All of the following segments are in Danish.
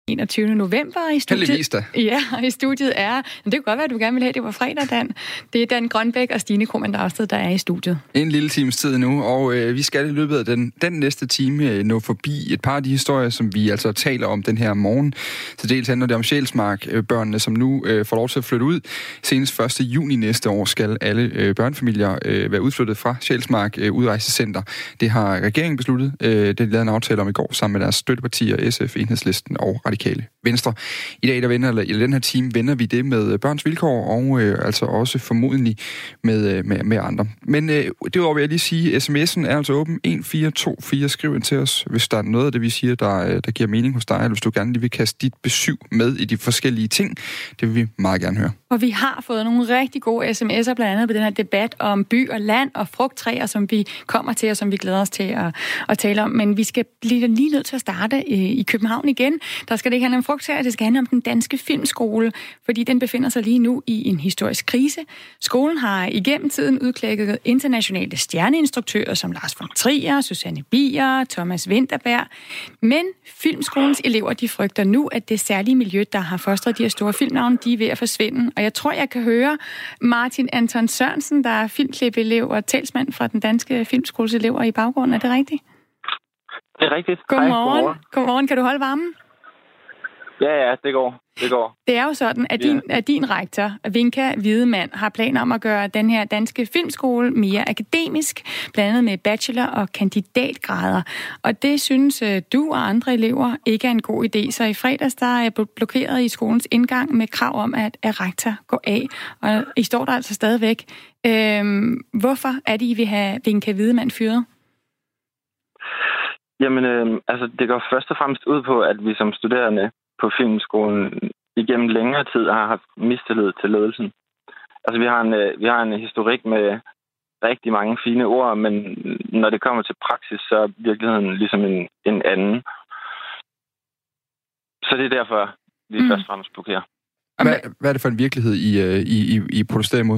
21. november i studiet. Heldigvis da. Ja, i studiet er... Det kunne godt være, at du gerne ville have, det var fredag, Dan. Det er Dan Grønbæk og Stine Krohmann Dragsted, der er i studiet. En lille times tid nu, og vi skal i løbet af den næste time nå forbi et par af de historier, som vi altså taler om den her morgen. Så dels handler det om Sjælsmark-børnene, som nu får lov til at flytte ud. Senest 1. juni næste år skal alle børnefamilier være udflyttet fra Sjælsmark udrejsecenter. Det har regeringen besluttet. Det lavede en aftale om i går sammen med deres støttepartier, SF, Enhedslisten og Radikale Venstre. I dag, i den her time, vender vi det med Børns Vilkår, og altså også formodentlig med andre. Men derudover vil jeg lige sige, sms'en er altså åben 1424. Skriv ind til os, hvis der er noget af det, vi siger, der giver mening hos dig, eller hvis du gerne lige vil kaste dit besøg med i de forskellige ting. Det vil vi meget gerne høre. Og vi har fået nogle rigtig gode sms'er, blandt andet på den her debat om by og land og frugttræer, som vi kommer til, og som vi glæder os til at tale om. Men vi skal lige nødt til at starte i København igen. Der skal det ikke handle om frugttræer, det skal handle om den danske filmskole, fordi den befinder sig lige nu i en historisk krise. Skolen har igennem tiden udklækket internationale stjerneinstruktører som Lars von Trier, Susanne Bier, Thomas Vinterberg. Men filmskolens elever, de frygter nu, at det særlige miljø, der har fostret de her store filmnavne, de er ved at forsvinde. Og jeg tror, jeg kan høre Martin Anton Sørensen, der er filmklip-elev og talsmand fra den danske filmskoles elever i baggrunden. Er det rigtigt? Det er rigtigt. Godmorgen. Godmorgen. Kan du holde varmen? Ja, det går. Det er jo sådan, at din rektor, Vinka Wiedemann, har planer om at gøre den her danske filmskole mere akademisk, blandt andet med bachelor- og kandidatgrader. Og det synes du og andre elever ikke er en god idé. Så i fredags, der er blokeret i skolens indgang med krav om, at rektor går af. Og I står der altså stadigvæk. Hvorfor er det, I vil have Vinka Wiedemann fyret? Jamen, det går først og fremmest ud på, at vi som studerende på filmskolen igennem længere tid har haft mistillid til ledelsen. Altså, vi har en historik med rigtig mange fine ord, men når det kommer til praksis, så er virkeligheden ligesom en anden. Så det er derfor, vi først og fremmest blokerer. Hvad er det for en virkelighed, I protesterer imod?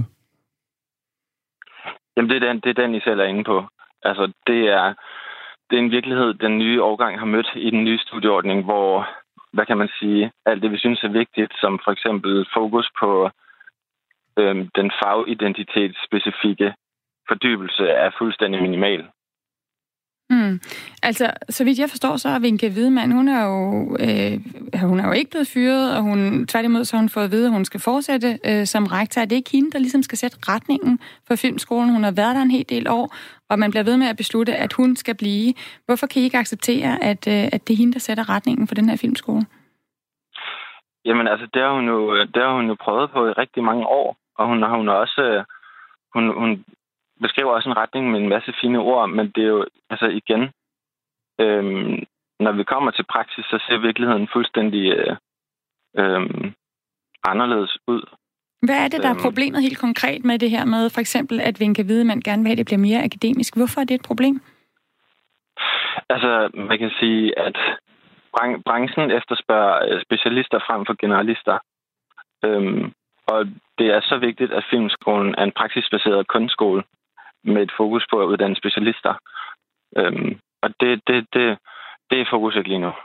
Jamen, det er den, I selv er inde på. Altså, det er en virkelighed, den nye årgang har mødt i den nye studieordning, hvor, hvad kan man sige, alt det, vi synes er vigtigt, som for eksempel fokus på den fagidentitetsspecifikke fordybelse, er fuldstændig minimal. Altså, så vidt jeg forstår, så er Vinka Wiedemann, hun er jo ikke blevet fyret, og tværtimod så har hun fået at vide, at hun skal fortsætte som rektor. Er det ikke hende, der ligesom skal sætte retningen for filmskolen? Hun har været der en hel del år, og man bliver ved med at beslutte, at hun skal blive. Hvorfor kan I ikke acceptere, at det er hende, der sætter retningen for den her filmskole? Jamen, altså, det har hun jo prøvet på i rigtig mange år, og hun har også... Hun beskriver også en retning med en masse fine ord, men det er jo, altså igen, når vi kommer til praksis, så ser virkeligheden fuldstændig anderledes ud. Hvad er det, der er problemet helt konkret med det her med, for eksempel, at Vinka Wiedemann gerne vil have, at det bliver mere akademisk? Hvorfor er det et problem? Altså, man kan sige, at branchen efterspørger specialister frem for generalister. Og det er så vigtigt, at filmskolen er en praksisbaseret kunstskole med et fokus på at uddanne specialister. Og det er fokus ikke lige nu.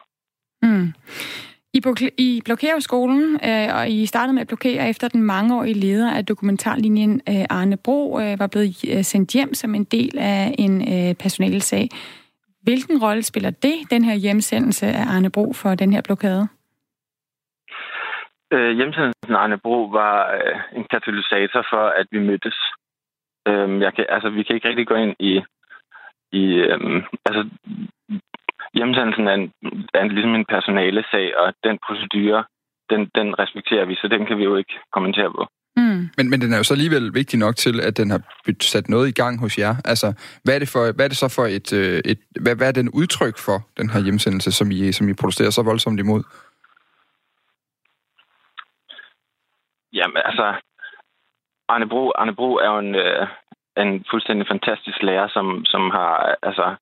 I blokerer skolen, og I startede med at blokere efter den mangeårige leder af dokumentarlinjen Arne Bro var blevet sendt hjem som en del af en personalesag. Hvilken rolle spiller den her hjemsendelse af Arne Bro for den her blokade? Hjemsendelsen af Arne Bro var en katalysator for, at vi mødtes. Vi kan ikke rigtig gå ind i hjemsendelsen er ligesom en personalesag, og den procedure, den respekterer vi, så den kan vi jo ikke kommentere på. Men den er jo så alligevel vigtig nok til, at den har sat noget i gang hos jer. Altså, hvad er det så for hvad er den udtryk for, den her hjemsendelse, som I protesterer så voldsomt imod? Jamen, altså, Arne Bro er jo en fuldstændig fantastisk lærer, som har, altså,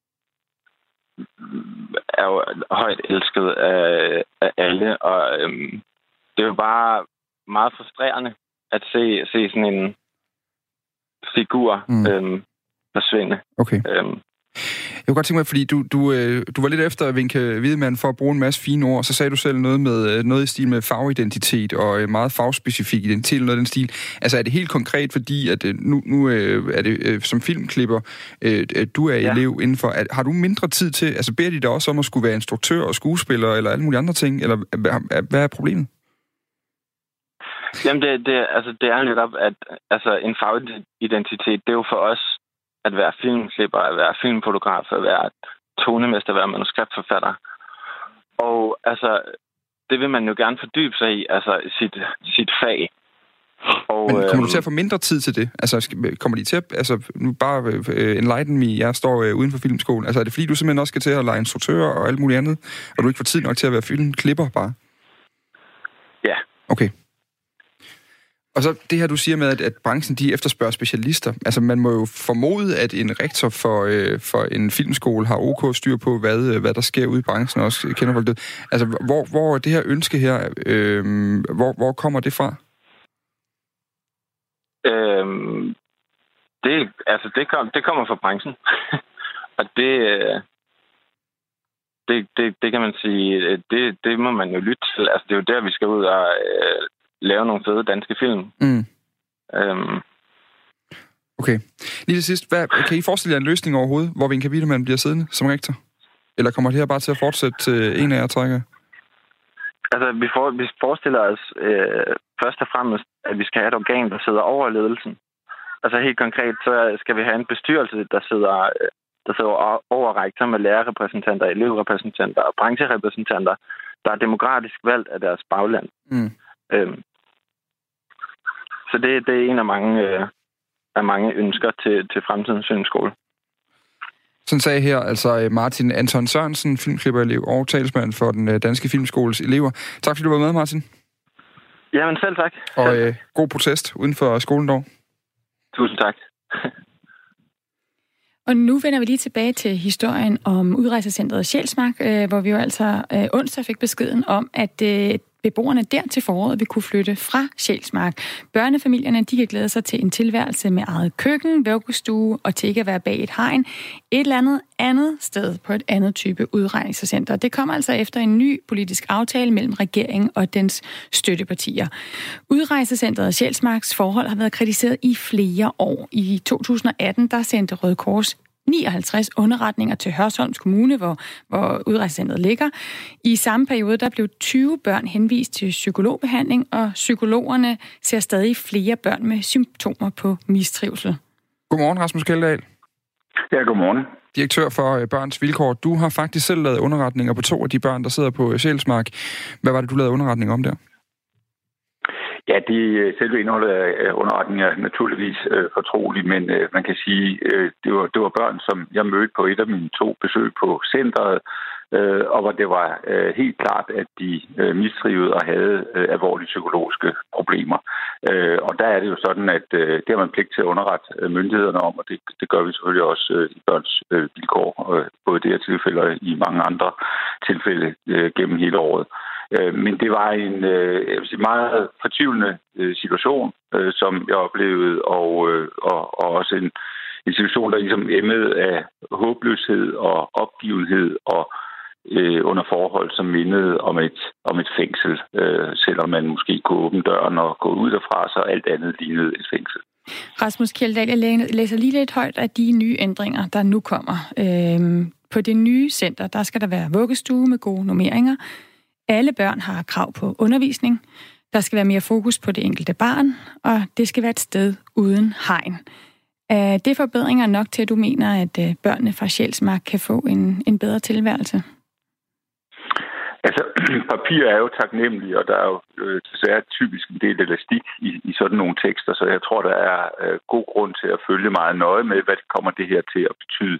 er jo højt elsket af alle, og det er jo bare meget frustrerende at se sådan en figur forsvinde. Okay. Jeg kunne godt tænke mig, fordi du var lidt efter Vinke Wiedemann for at bruge en masse fine ord, så sagde du selv noget i stil med farveidentitet og meget fagspecifik identitet, noget af den stil. Altså er det helt konkret, fordi at nu er det som filmklipper, du er elev indenfor. Har du mindre tid til, altså beder de dig også om at skulle være instruktør og skuespiller eller alle mulige andre ting, eller hvad er problemet? Jamen, det er netop, at altså, en fagidentitet, det er jo for os at være filmklipper, at være filmfotograf, at være tonemester, at være manuskriptforfatter. Og altså, det vil man jo gerne fordybe sig i, altså sit fag. Og, men kommer du til at få mindre tid til det? Altså, kommer de til at, altså, nu bare enlighten me, jeg står uden for filmskolen. Altså, er det fordi, du simpelthen også skal til at lege instruktør og alt muligt andet, og du ikke får tid nok til at være filmklipper bare? Ja. Okay. Og så det her, du siger med, at branchen, de efterspørger specialister. Altså, man må jo formode, at en rektor for en filmskole har OK styr på, hvad der sker ude i branchen, også kender folk det. Altså, hvor det her ønske her, hvor kommer det fra? Det kommer fra branchen. Og det kan man sige, det må man jo lytte til. Altså, det er jo der, vi skal ud og lave nogle fede danske film. Mm. Okay. Lige til sidst, kan I forestille jer en løsning overhovedet, hvor Vinke Wiedemann bliver siddende som rektor? Eller kommer det her bare til at fortsætte til en af jer trækker? Altså, vi forestiller os først og fremmest, at vi skal have et organ, der sidder over ledelsen. Altså helt konkret, så skal vi have en bestyrelse, der sidder over rektor med lærerrepræsentanter, elevrepræsentanter og brancherepræsentanter, der er demokratisk valgt af deres bagland. Mm. Så det er en af mange ønsker til fremtidens filmskole. Sådan sagde her altså Martin Anton Sørensen, filmklipperelev og talsmand for den danske filmskoles elever. Tak fordi du var med, Martin. Jamen selv tak. Og god protest uden for skolen dog. Tusind tak. Og nu vender vi lige tilbage til historien om udrejsecentret Sjælsmark, hvor vi jo altså onsdag fik beskeden om, at beboerne der til foråret vil kunne flytte fra Sjælsmark. Børnefamilierne, de kan glæde sig til en tilværelse med eget køkken, vuggestue og til ikke at være bag et hegn. Et eller andet sted på et andet type udrejsecenter. Det kommer altså efter en ny politisk aftale mellem regeringen og dens støttepartier. Udrejsecentret Sjælsmarks forhold har været kritiseret i flere år. I 2018, der sendte Røde Kors 59 underretninger til Hørsholms Kommune, hvor udrejsecentret ligger. I samme periode, der blev 20 børn henvist til psykologbehandling, og psykologerne ser stadig flere børn med symptomer på mistrivsel. Godmorgen, Rasmus Kjeldahl. Ja, godmorgen. Direktør for Børns Vilkår. Du har faktisk selv lavet underretninger på 2 af de børn, der sidder på Sjælsmark. Hvad var det, du lavede underretning om der? Ja, selve indholdet af underretningen er naturligvis fortroligt, men man kan sige, det var børn, som jeg mødte på et af mine 2 besøg på centret, og hvor det var helt klart, at de mistrivede og havde alvorlige psykologiske problemer. Og der er det jo sådan, at det har man pligt til at underrette myndighederne om, og det gør vi selvfølgelig også i Børns Vilkår, både i det her tilfælde og i mange andre tilfælde gennem hele året. Men det var en meget fortvivlende situation, som jeg oplevede, og også en situation, der ligesom emmede af håbløshed og opgivenhed og under forhold, som mindede om et fængsel, selvom man måske kunne åbne døren og gå ud derfra, så alt andet lignede et fængsel. Rasmus Kjeldahl, jeg læser lige lidt højt af de nye ændringer, der nu kommer. På det nye center, der skal der være vuggestue med gode normeringer. Alle børn har krav på undervisning. Der skal være mere fokus på det enkelte barn, og det skal være et sted uden hegn. Er det forbedringer nok til, at du mener, at børnene fra Sjælsmark kan få en bedre tilværelse? Altså, papir er jo taknemmeligt, og der er jo desværre typisk en del elastik i sådan nogle tekster, så jeg tror, der er god grund til at følge meget nøje med, hvad det kommer det her til at betyde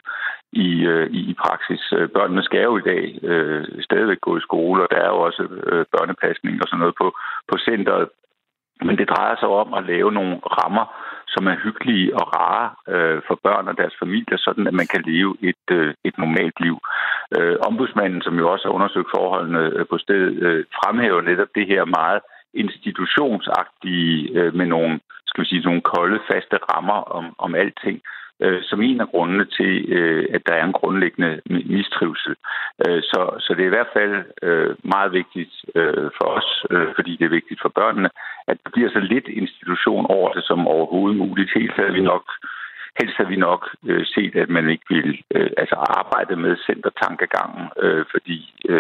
i praksis. Børnene skal jo i dag stadigvæk gå i skole, og der er jo også børnepasning og sådan noget på centret. Men det drejer sig om at lave nogle rammer, som er hyggelige og rare for børn og deres familier, sådan at man kan leve et normalt liv. Ombudsmanden, som jo også har undersøgt forholdene på stedet, fremhæver netop det her meget institutionsagtige med nogle, skal vi sige, nogle kolde, faste rammer om alting, som en af grundene til, at der er en grundlæggende mistrivsel. Så det er i hvert fald meget vigtigt for os, fordi det er vigtigt for børnene, at der bliver så lidt institution over det som overhovedet muligt. Helst havde vi nok set, at man ikke ville arbejde med centertankegangen, fordi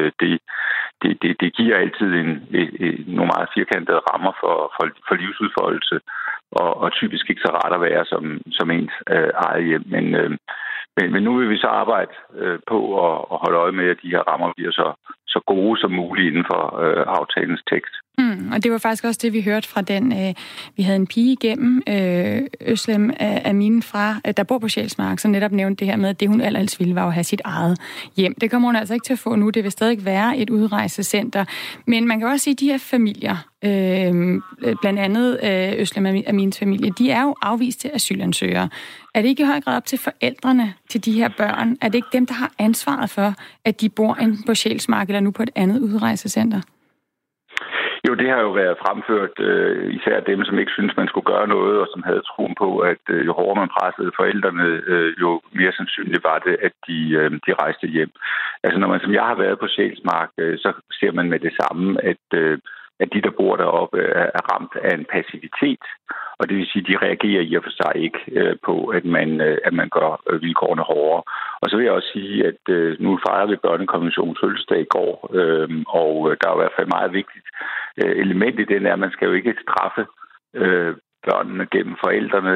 det giver altid nogle meget firkantede rammer for livsudfoldelse, og typisk ikke så rart at være som ens eget hjem. Men nu vil vi så arbejde på at holde øje med, at de her rammer bliver så gode som muligt inden for aftalens tekst. Og det var faktisk også det, vi hørte fra den, vi havde en pige igennem, Özlem Amin der bor på Sjælsmark, som netop nævnte det her med, at det hun allerhelst ville, var at have sit eget hjem. Det kommer hun altså ikke til at få nu. Det vil stadig være et udrejsecenter. Men man kan også sige, at de her familier, blandt andet Özlem Amins familie, de er jo afviste asylansøgere. Er det ikke i høj grad op til forældrene til de her børn? Er det ikke dem, der har ansvaret for, at de bor enten på Sjælsmark eller nu på et andet udrejsecenter? Jo, det har jo været fremført, især dem, som ikke synes man skulle gøre noget, og som havde troen på, at jo hårdere man pressede forældrene, jo mere sandsynligt var det, at de rejste hjem. Altså når man, som jeg har været på Sjælsmark, så ser man med det samme, at de, der bor deroppe, er ramt af en passivitet. Og det vil sige, at de reagerer i og for sig ikke på, at man gør vilkårene hårdere. Og så vil jeg også sige, at nu fejrer vi børnekonventionens fødselsdag i går, og der er i hvert fald meget vigtigt element i den, at man skal jo ikke straffe børnene gennem forældrene,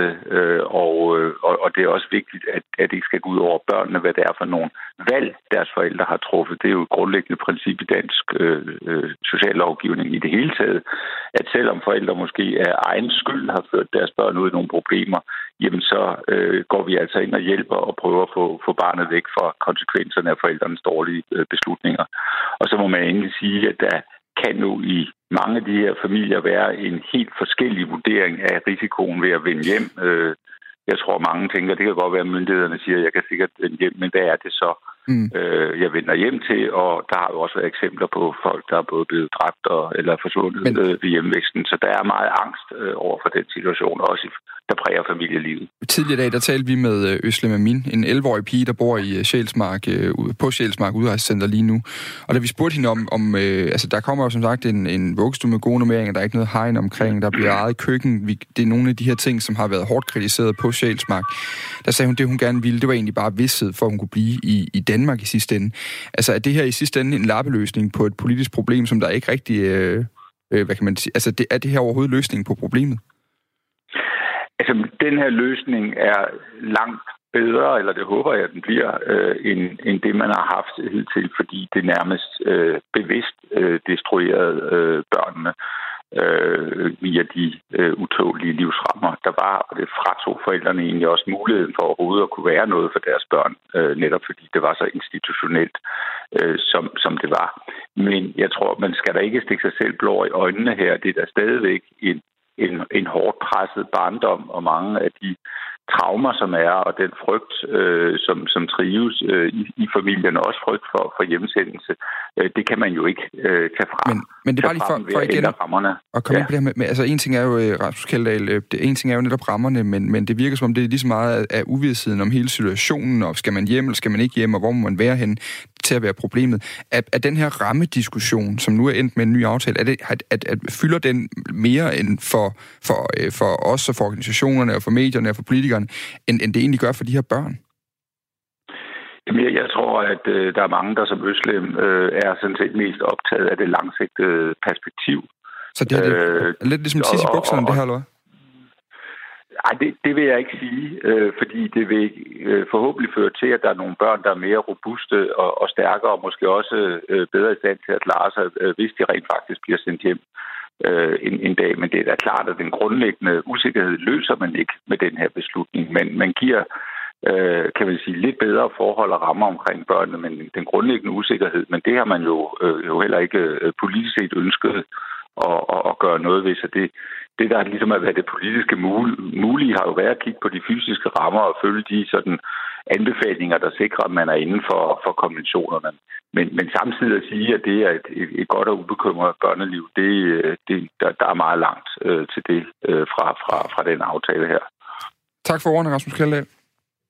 og det er også vigtigt, at det ikke skal gå ud over børnene, hvad det er for nogle valg, deres forældre har truffet. Det er jo et grundlæggende princip i dansk sociallovgivning i det hele taget, at selvom forældre måske af egen skyld har ført deres børn ud i nogle problemer, jamen så går vi altså ind og hjælper og prøver at få barnet væk fra konsekvenserne af forældrenes dårlige beslutninger. Og så må man egentlig sige, at der kan nu i mange af de her familier være en helt forskellig vurdering af risikoen ved at vende hjem. Jeg tror, mange tænker, det kan godt være, at myndighederne siger, at jeg kan sikkert vende hjem, men hvad er det så, jeg vender hjem til? Og der har jo også været eksempler på folk, der er både blevet dræbt eller forsvundet ved hjemvæksten. Så der er meget angst over for den situation, også der præger familielivet. Tidligere i dag, der talte vi med Özlem Amin, en 11-årig pige, der bor i Sjælsmark, på Sjælsmark Udrejsecenter lige nu. Og da vi spurgte hende om der kommer jo som sagt en vuggestue med gode normeringer, der er ikke noget hegn omkring, der bliver eget køkken. Det er nogle af de her ting, som har været hårdt kritiseret på Sjælsmark. Der sagde hun, det hun gerne ville, det var egentlig bare vished for, at hun kunne blive i Danmark i sidste ende. Altså er det her i sidste ende en lappeløsning på et politisk problem, som der ikke rigtig, hvad kan man sige, altså er det her overhovedet løsningen på problemet? Altså, den her løsning er langt bedre, eller det håber jeg, den bliver, end det, man har haft hidtil, fordi det nærmest bevidst destruerede børnene via de utålige livsrammer, der var, og det fratog forældrene egentlig også muligheden for overhovedet at kunne være noget for deres børn, netop fordi det var så institutionelt, som det var. Men jeg tror, man skal da ikke stikke sig selv blå i øjnene her. Det er da stadigvæk en hårdt presset barndom, og mange af de traumer, som er, og den frygt, som trives i familien, også frygt for hjemsendelse, det kan man jo ikke tage fra. Men det er bare lige for igen at komme ind på det her med, altså en ting er jo, Rasmus Kjeldahl, en ting er jo netop rammerne, men det virker som om det er lige så meget af uvidstheden om hele situationen, og skal man hjem, eller skal man ikke hjem, og hvor må man være henne, til at være problemet. Er den her rammediskussion, som nu er endt med en ny aftale, fylder den mere end for os og for organisationerne og for medierne og for politikerne, end det egentlig gør for de her børn? Jamen, jeg tror, at der er mange, der som Özlem er sådan set mest optaget af det langsigtede perspektiv. Så det er lidt ligesom tis i bukserne, det her, eller hvad? Nej, det vil jeg ikke sige, fordi det vil forhåbentlig føre til, at der er nogle børn, der er mere robuste og stærkere, og måske også bedre i stand til at klare sig, hvis de rent faktisk bliver sendt hjem en dag. Men det er da klart, at den grundlæggende usikkerhed løser man ikke med den her beslutning. Men man giver, kan man sige, lidt bedre forhold og rammer omkring børnene, men den grundlæggende usikkerhed, men det har man jo heller ikke politisk set ønsket at gøre noget ved. Så det der ligesom har været det politiske mulige, har jo været at kigge på de fysiske rammer og følge de sådan anbefalinger, der sikrer, at man er inden for konventionerne. Men samtidig at sige, at det er et godt og ubekymret børneliv, der er meget langt til det fra den aftale her. Tak for ordene, Rasmus Kjeldahl.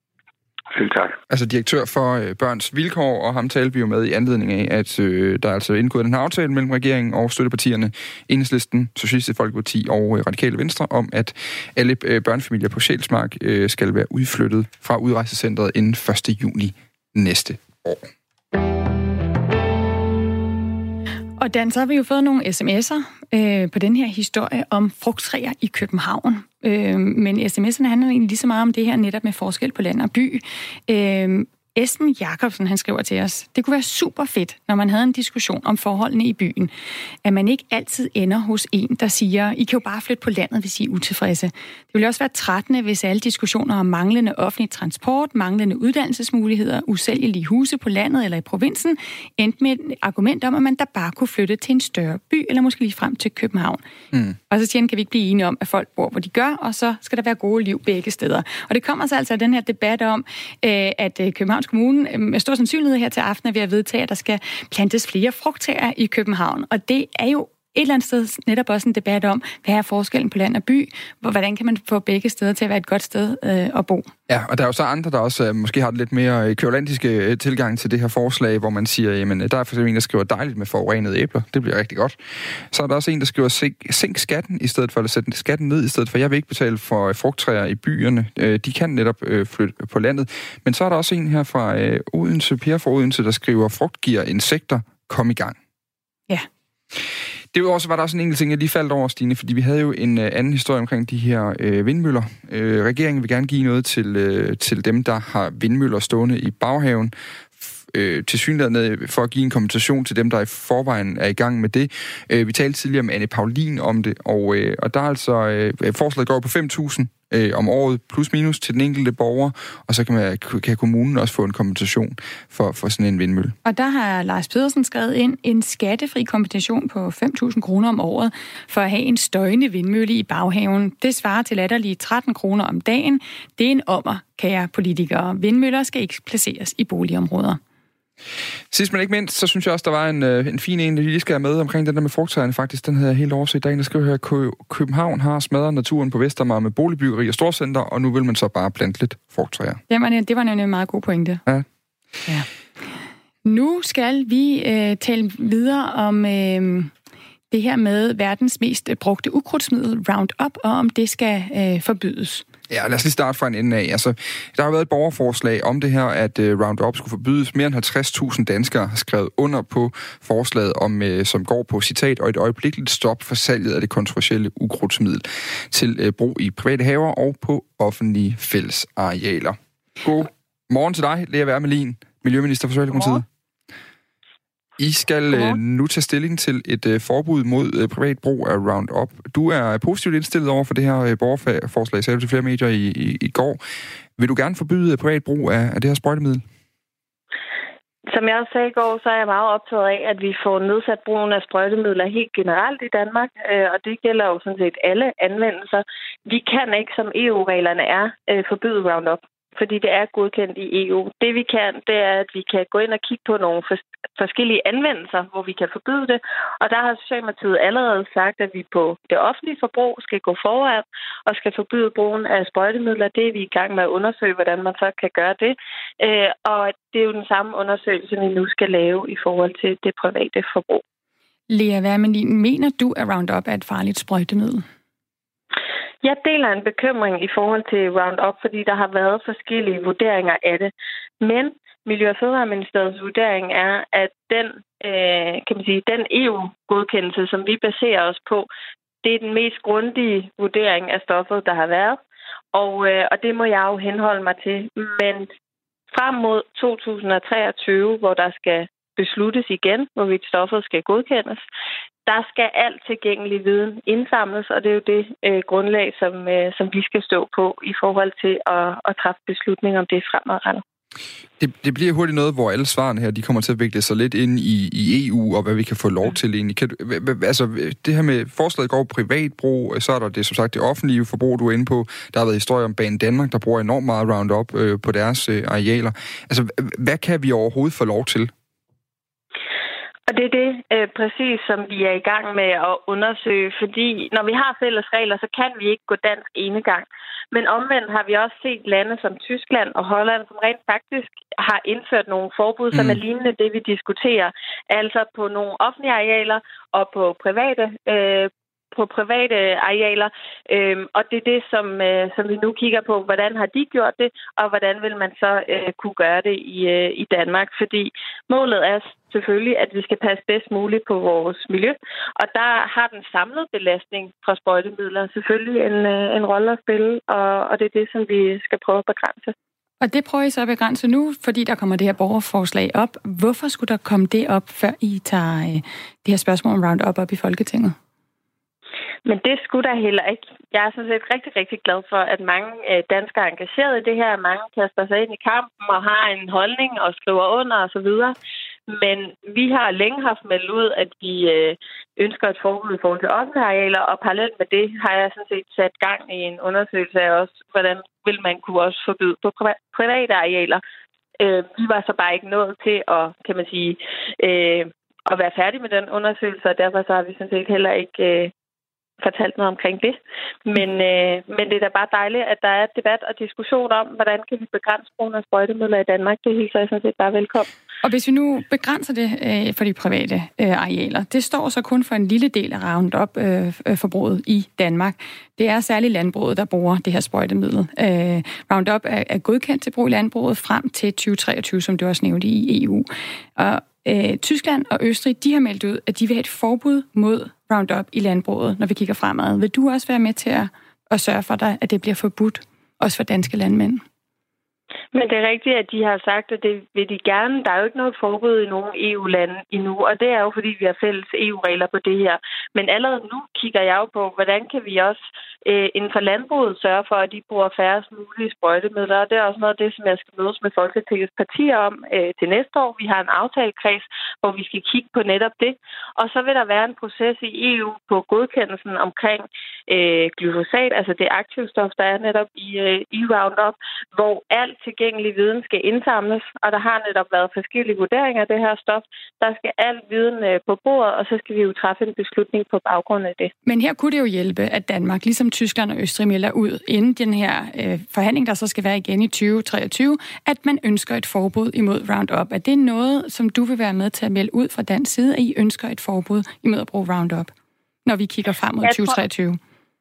Selv tak. Altså direktør for Børns Vilkår, og ham talte vi jo med i anledning af, at der er altså indgået den her aftale mellem regeringen og støttepartierne Enhedslisten, Socialistisk Folkeparti og Radikale Venstre om, at alle børnefamilier på Sjælsmark skal være udflyttet fra udrejsecentret inden 1. juni næste år. Og Dan, så har vi jo fået nogle sms'er på den her historie om frugttræer i København. Men sms'erne handler egentlig lige så meget om det her netop med forskel på land og by. Esben Jacobsen, han skriver til os, det kunne være super fedt, når man havde en diskussion om forholdene i byen, at man ikke altid ender hos en, der siger, I kan jo bare flytte på landet, hvis I er utilfredse. Det ville også være trættende, hvis alle diskussioner om manglende offentlig transport, manglende uddannelsesmuligheder, usælgelige huse på landet eller i provinsen, endte med et argument om, at man der bare kunne flytte til en større by, eller måske lige frem til København. Og så siger han, kan vi ikke blive enige om, at folk bor, hvor de gør, og så skal der være gode liv begge steder. Og det kommer så altså af den her debat om, at Københavns Kommune med stor sandsynlighed her til aften er ved at vedtage, at der skal plantes flere frugttræer i København. Og det er jo et eller andet sted netop også en debat om, hvad er forskellen på land og by? Hvordan kan man få begge steder til at være et godt sted at bo? Ja, og der er jo så andre, der også måske har lidt mere kværulantiske tilgang til det her forslag, hvor man siger, jamen, der er for eksempel en, der skriver dejligt med forurenede æbler. Det bliver rigtig godt. Så er der også en, der skriver sænk skatten i stedet for, eller sætte skatten ned i stedet for. Jeg vil ikke betale for frugttræer i byerne. De kan netop flytte på landet. Men så er der også en her fra Odense, Per fra Odense, der skriver, frugt giver insekter, kom i gang. Ja. Derudover så var der også en enkelt ting, jeg lige faldt over, Stine, fordi vi havde jo en anden historie omkring de her vindmøller. Regeringen vil gerne give noget til dem, der har vindmøller stående i baghaven, tilsyneladende for at give en kompensation til dem, der i forvejen er i gang med det. Vi talte tidligere med Anne Paulin om det, og der er altså forslaget går på 5.000 om året plus minus til den enkelte borger, og så kan kommunen også få en kompensation for sådan en vindmølle. Og der har Lars Pedersen skrevet ind en skattefri kompensation på 5.000 kroner om året for at have en støjende vindmølle i baghaven. Det svarer til latterlige 13 kroner om dagen. Det er en ommer, kære politikere. Vindmøller skal ikke placeres i boligområder. Sidst men ikke mindst, så synes jeg også, der var en fin en, der lige skal have med omkring den der med frugttræerne faktisk. Den havde jeg helt overset. Der er en, der skriver her, København har smadret naturen på Vestermager med boligbyggeri og storcenter, og nu vil man så bare plante lidt frugttræer. Det var nemlig en meget god pointe. Ja. Nu skal vi tale videre om det her med verdens mest brugte ukrudtsmiddel, Roundup, og om det skal forbydes. Ja, lad os lige starte fra en ende af. Altså, der har været et borgerforslag om det her, at Roundup skulle forbydes. Mere end 50.000 danskere har skrevet under på forslaget, som går på citat og et øjeblikkeligt stop for salget af det kontroversielle ukrudtsmiddel til brug i private haver og på offentlige fællesarealer. God morgen til dig, Lea Wermelin, Miljøminister for Socialdemokratiet. I skal nu tage stilling til et forbud mod privat brug af Roundup. Du er positivt indstillet over for det her borgerforslag, sagde du til flere medier i går. Vil du gerne forbyde privat brug af det her sprøjtemiddel? Som jeg også sagde i går, så er jeg meget optaget af, at vi får nedsat brugen af sprøjtemidler helt generelt i Danmark, og det gælder jo sådan set alle anvendelser. Vi kan ikke, som EU-reglerne er, forbyde Roundup, fordi det er godkendt i EU. Det vi kan, det er, at vi kan gå ind og kigge på nogle forskellige anvendelser, hvor vi kan forbyde det. Og der har Socialdemokratiet allerede sagt, at vi på det offentlige forbrug skal gå foran og skal forbyde brugen af sprøjtemidler. Det er vi i gang med at undersøge, hvordan man så kan gøre det. Og det er jo den samme undersøgelse, vi nu skal lave i forhold til det private forbrug. Lea Wermelin, mener du, at Roundup er et farligt sprøjtemiddel? Jeg deler en bekymring i forhold til Roundup, fordi der har været forskellige vurderinger af det. Men Miljø- og Fødevareministeriets vurdering er, at den EU-godkendelse, som vi baserer os på, det er den mest grundige vurdering af stoffet, der har været. Og det må jeg jo henholde mig til. Men frem mod 2023, hvor der skal besluttes igen, hvorvidt stoffet skal godkendes, der skal alt tilgængelig viden indsamles, og det er jo det grundlag, som vi skal stå på i forhold til at træffe beslutninger om det fremadrettet. Det bliver hurtigt noget, hvor alle svarene her, de kommer til at vikle sig lidt ind i EU, og hvad vi kan få lov til egentlig. Det her med forslaget går privat brug, så er der det, som sagt, det offentlige forbrug, du er inde på. Der har været historier om Banedanmark, der bruger enormt meget Roundup på deres arealer. Altså, hvad kan vi overhovedet få lov til? Og det er det præcis, som vi er i gang med at undersøge, fordi når vi har fælles regler, så kan vi ikke gå dansk enegang. Men omvendt har vi også set lande som Tyskland og Holland, som rent faktisk har indført nogle forbud, som er lignende det, vi diskuterer. Altså på nogle offentlige arealer og på private arealer. Og det er det, som vi nu kigger på. Hvordan har de gjort det, og hvordan vil man så kunne gøre det i Danmark? Fordi målet er selvfølgelig, at vi skal passe bedst muligt på vores miljø. Og der har den samlede belastning fra sprøjtemidler selvfølgelig en rolle at spille, og det er det, som vi skal prøve at begrænse. Og det prøver I så at begrænse nu, fordi der kommer det her borgerforslag op. Hvorfor skulle der komme det op, før I tager det her spørgsmål om Roundup op i Folketinget? Men det skulle der heller ikke. Jeg er sådan set rigtig, rigtig glad for, at mange danskere er engageret i det her. Mange kaster sig ind i kampen og har en holdning og skriver under osv. Men vi har længe haft meldt ud, at vi ønsker et forbud i forhold til offentlige arealer, og parallelt med det har jeg sådan set sat gang i en undersøgelse af også, hvordan vil man kunne også forbyde på private arealer. Vi var så bare ikke nået til at, kan man sige, at være færdige med den undersøgelse, og derfor så har vi sådan set heller ikke fortalt noget omkring det. Men det er da bare dejligt, at der er debat og diskussion om, hvordan kan vi begrænse brugen af sprøjtemidler i Danmark. Det hilser jeg sådan set bare velkommen. Og hvis vi nu begrænser det for de private arealer, det står så kun for en lille del af Roundup-forbruget i Danmark. Det er særligt landbruget, der bruger det her sprøjtemiddel. Roundup er godkendt til brug i landbruget frem til 2023, som du også nævnte i EU. Og Tyskland og Østrig, de har meldt ud, at de vil have et forbud mod Roundup i landbruget, når vi kigger fremad. Vil du også være med til at sørge for dig, at det bliver forbudt, også for danske landmænd? Men det er rigtigt, at de har sagt, at det vil de gerne. Der er jo ikke noget forbud i nogen EU-lande endnu, og det er jo, fordi vi har fælles EU-regler på det her. Men allerede nu kigger jeg jo på, hvordan kan vi også inden for landbruget sørge for, at de bruger færrest mulige sprøjtemidler. Og det er også noget af det, som jeg skal mødes med Folketingets partier om til næste år. Vi har en aftalekreds, hvor vi skal kigge på netop det. Og så vil der være en proces i EU på godkendelsen omkring glyfosat, altså det aktivstof, der er netop i Roundup, hvor alt tilgængelig viden skal indsamles, og der har netop været forskellige vurderinger af det her stof. Der skal al viden på bordet, og så skal vi jo træffe en beslutning på baggrund af det. Men her kunne det jo hjælpe, at Danmark, ligesom Tyskland og Østrig, melder ud inden den her forhandling, der så skal være igen i 2023, at man ønsker et forbud imod Roundup. Er det noget, som du vil være med til at melde ud fra dansk side, at I ønsker et forbud imod at bruge Roundup, når vi kigger frem mod 2023?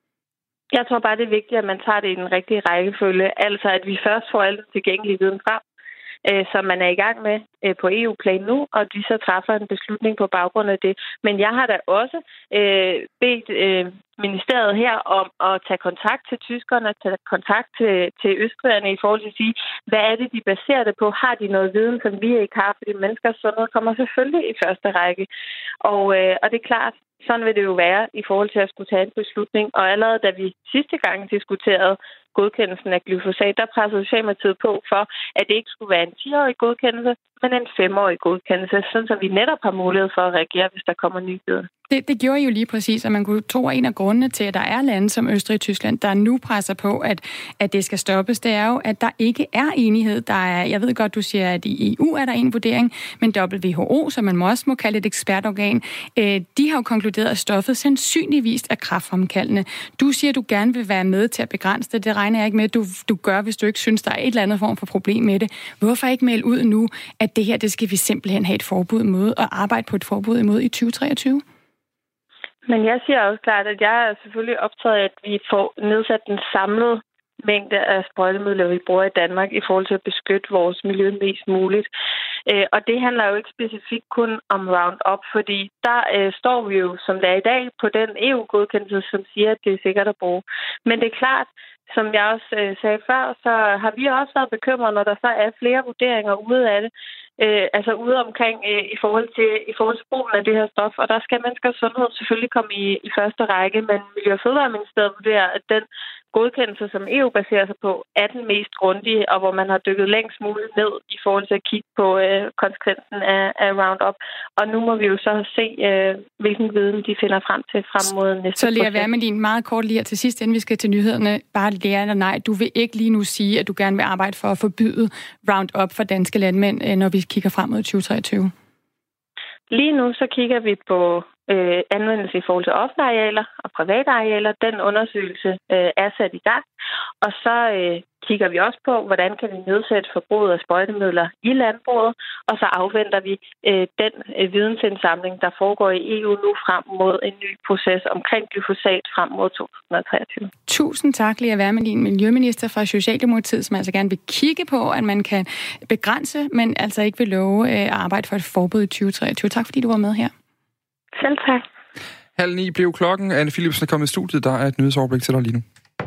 Jeg tror bare, det er vigtigt, at man tager det i den rigtige rækkefølge. Altså, at vi først får alle tilgængelige viden frem, som man er i gang med på EU-plan nu, og de så træffer en beslutning på baggrund af det. Men jeg har da også bedt ministeriet her om at tage kontakt til tyskerne, tage kontakt til østrigerne i forhold til at sige, hvad er det, de baserer det på? Har de noget viden, som vi ikke har? Fordi menneskers sundhed kommer selvfølgelig i første række. Og det er klart, sådan vil det jo være i forhold til at skulle tage en beslutning. Og allerede da vi sidste gang diskuterede godkendelsen af glyfosat, der pressede Socialdemokratiet på for, at det ikke skulle være en 10-årig godkendelse, men en 5-årig godkendelse, sådan så vi netop har mulighed for at reagere, hvis der kommer ny viden. Det gjorde I jo lige præcis, og man kunne tro, at en af grundene til, at der er lande som Østrig og Tyskland, der nu presser på, at det skal stoppes, det er jo, at der ikke er enighed. Jeg ved godt, du siger, at i EU er der en vurdering, men WHO, som man også må kalde et ekspertorgan, de har jo konkluderet, at stoffet sandsynligvis er kræftfremkaldende. Du siger, at du gerne vil være med til at begrænse det. Det regner jeg ikke med, at du gør, hvis du ikke synes, der er et eller andet form for problem med det. Hvorfor ikke melde ud nu, at det her, det skal vi simpelthen have et forbud imod, og arbejde på et forbud imod i 2023? Men jeg siger også klart, at jeg er selvfølgelig optaget af, at vi får nedsat den samlede mængde af sprøjtemidler, vi bruger i Danmark, i forhold til at beskytte vores miljø mest muligt. Og det handler jo ikke specifikt kun om Roundup, fordi der står vi jo, som det er i dag, på den EU-godkendelse, som siger, at det er sikkert at bruge. Men det er klart, som jeg også sagde før, så har vi også været bekymrede, når der så er flere vurderinger ude af det. Altså ude omkring i forhold til brugen af det her stof. Og der skal menneskers sundhed selvfølgelig komme i første række, men Miljø- og Fødevareministeriet vurderer, at den godkendelse, som EU baserer sig på, er den mest grundige, og hvor man har dykket længst muligt ned i forhold til at kigge på konsekvensen af Roundup. Og nu må vi jo så se, hvilken viden de finder frem til frem mod næste Så Lea Wermelin, meget kort lige her til sidst, inden vi skal til nyhederne. Bare ja eller nej. Du vil ikke lige nu sige, at du gerne vil arbejde for at forbyde Roundup for danske landmænd, når vi kigger frem mod 2023? Lige nu så kigger vi på anvendelse i forhold til offentlige arealer og private arealer. Den undersøgelse er sat i gang. Og så kigger vi også på, hvordan kan vi nedsætte forbruget af sprøjtemidler i landbruget. Og så afventer vi den vidensindsamling, der foregår i EU nu frem mod en ny proces omkring glyfosat frem mod 2023. Tusind tak, Lea Wermelin, miljøminister fra Socialdemokratiet, som altså gerne vil kigge på, at man kan begrænse, men altså ikke vil love at arbejde for et forbud i 2023. Tak fordi du var med her. Selv tak. 8:30 blev klokken. Anne Philipsen er kommet i studiet. Der er et nyhedsoverblik til dig lige nu.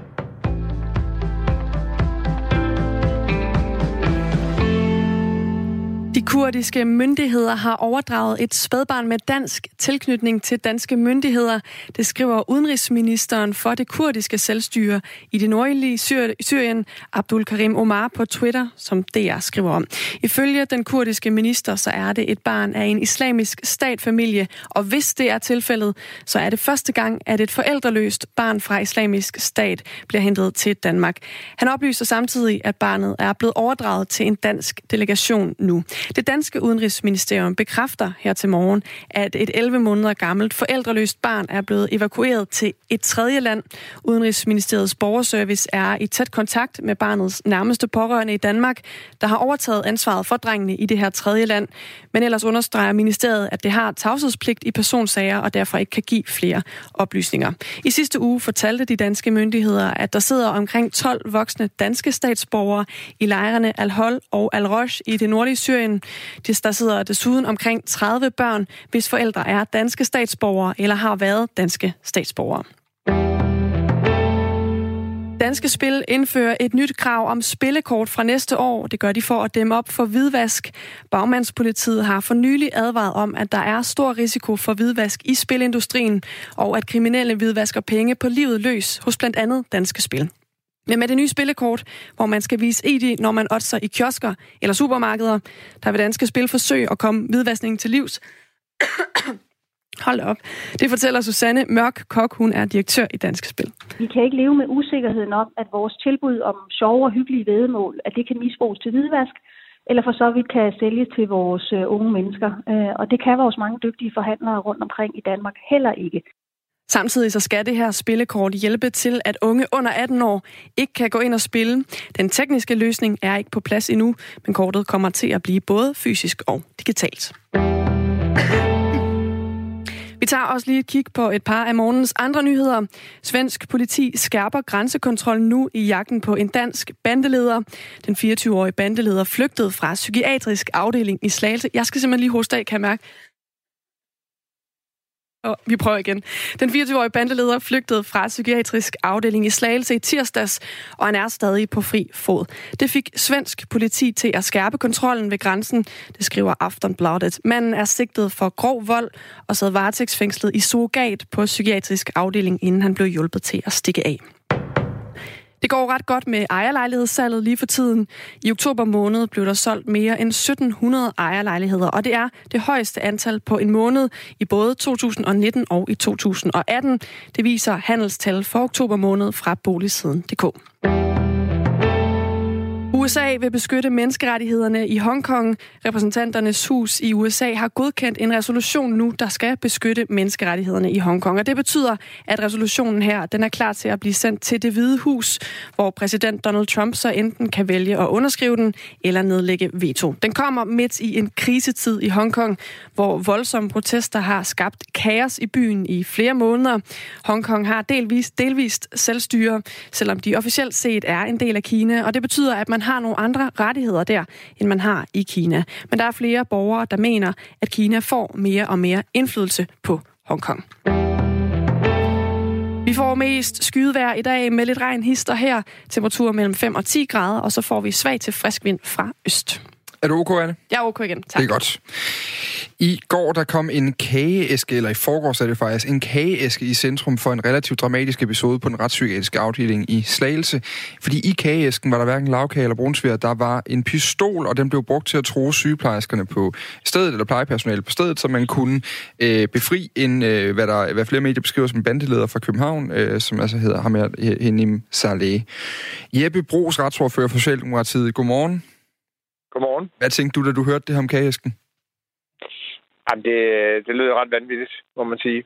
De kurdiske myndigheder har overdraget et spædbarn med dansk tilknytning til danske myndigheder. Det skriver udenrigsministeren for det kurdiske selvstyre i det nordlige Syrien, Abdul Karim Omar, på Twitter, som DR skriver om. Ifølge den kurdiske minister, så er det et barn af en islamisk statfamilie, og hvis det er tilfældet, så er det første gang, at et forældreløst barn fra islamisk stat bliver hentet til Danmark. Han oplyser samtidig, at barnet er blevet overdraget til en dansk delegation nu. Det danske udenrigsministerium bekræfter her til morgen, at et 11 måneder gammelt forældreløst barn er blevet evakueret til et tredje land. Udenrigsministeriets borgerservice er i tæt kontakt med barnets nærmeste pårørende i Danmark, der har overtaget ansvaret for drengene i det her tredje land. Men ellers understreger ministeriet, at det har tavshedspligt i personsager og derfor ikke kan give flere oplysninger. I sidste uge fortalte de danske myndigheder, at der sidder omkring 12 voksne danske statsborgere i lejrene Al-Hol og Al-Rosh i det nordlige Syrien. Der sidder desuden omkring 30 børn, hvis forældre er danske statsborgere eller har været danske statsborgere. Danske Spil indfører et nyt krav om spillekort fra næste år. Det gør de for at dæmme op for hvidvask. Bagmandspolitiet har for nylig advaret om, at der er stor risiko for hvidvask i spilindustrien, og at kriminelle hvidvasker penge på livet løs hos blandt andet Danske Spil. Men med det nye spillekort, hvor man skal vise ID, når man oddser i kiosker eller supermarkeder, der vil Danske Spil forsøge at komme hvidvaskningen til livs. Hold op. Det fortæller Susanne Mørk Kok, hun er direktør i Danske Spil. Vi kan ikke leve med usikkerheden om, at vores tilbud om sjove og hyggelige væddemål, at det kan misbruges til hvidvask, eller for så vidt kan sælges til vores unge mennesker. Og det kan vores mange dygtige forhandlere rundt omkring i Danmark heller ikke. Samtidig så skal det her spillekort hjælpe til, at unge under 18 år ikke kan gå ind og spille. Den tekniske løsning er ikke på plads endnu, men kortet kommer til at blive både fysisk og digitalt. Vi tager også lige et kig på et par af morgens andre nyheder. Svensk politi skærper grænsekontrollen nu i jagten på en dansk bandeleder. Den 24-årige bandeleder flygtede fra psykiatrisk afdeling i Slagelse. Jeg skal simpelthen lige hoste af, kan jeg mærke. Vi prøver igen. Den 24-årige bandeleder flygtede fra psykiatrisk afdeling i Slagelse i tirsdags, og han er stadig på fri fod. Det fik svensk politi til at skærpe kontrollen ved grænsen, det skriver Aftonbladet. Manden er sigtet for grov vold og sad varetægtsfængslet i surrogat på psykiatrisk afdeling, inden han blev hjulpet til at stikke af. Det går ret godt med ejerlejlighedssalget lige for tiden. I oktober måned blev der solgt mere end 1700 ejerlejligheder, og det er det højeste antal på en måned i både 2019 og i 2018. Det viser handelstal for oktober måned fra boligsiden.dk. USA vil beskytte menneskerettighederne i Hongkong. Repræsentanternes hus i USA har godkendt en resolution nu, der skal beskytte menneskerettighederne i Hongkong. Og det betyder, at resolutionen her, den er klar til at blive sendt til Det Hvide Hus, hvor præsident Donald Trump så enten kan vælge at underskrive den eller nedlægge veto. Den kommer midt i en krisetid i Hongkong, hvor voldsomme protester har skabt kaos i byen i flere måneder. Hongkong har delvist selvstyre, selvom de officielt set er en del af Kina, og det betyder, at man har nogle andre rettigheder der, end man har i Kina. Men der er flere borgere, der mener, at Kina får mere og mere indflydelse på Hongkong. Vi får mest skydevejr i dag med lidt regn hister her. Temperatur mellem 5 og 10 grader, og så får vi svag til frisk vind fra øst. Er du okay, Anne? Jeg er okay igen, tak. Det er godt. I går der kom en kageæske, eller i forgårs er det faktisk, en kageæske i centrum for en relativt dramatisk episode på den retspsykiatriske afdeling i Slagelse. Fordi i kageæsken var der hverken lagkage eller brunsviger, der var en pistol, og den blev brugt til at true sygeplejerskerne på stedet, eller plejepersonale på stedet, så man kunne befri en, hvad flere medier beskriver som bandeleder fra København, som altså hedder Hamer Henim Saleh. Jeppe Brugs, retsordfører for Socialdemokratiet. Godmorgen. Godmorgen. Hvad tænkte du, da du hørte det her om kageæsken? Jamen, det lyder ret vanvittigt, må man sige.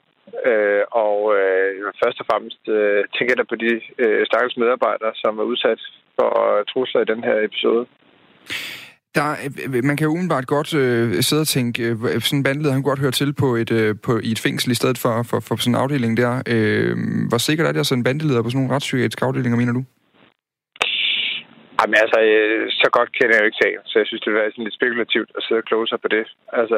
Først og fremmest tænker jeg på de stakkels medarbejdere, som er udsat for trusler i den her episode. Man kan jo umiddelbart godt sidde og tænke, sådan en bandeleder, han kunne godt høre til i et fængsel i stedet for sådan en afdeling der. Hvor sikkert er det at sende bandeleder på sådan nogle retspsykiatriske afdelinger, mener du? Jamen altså, så godt kender jeg jo ikke sagen, så jeg synes, det vil være sådan lidt spekulativt at sidde og kloge sig på det. Altså,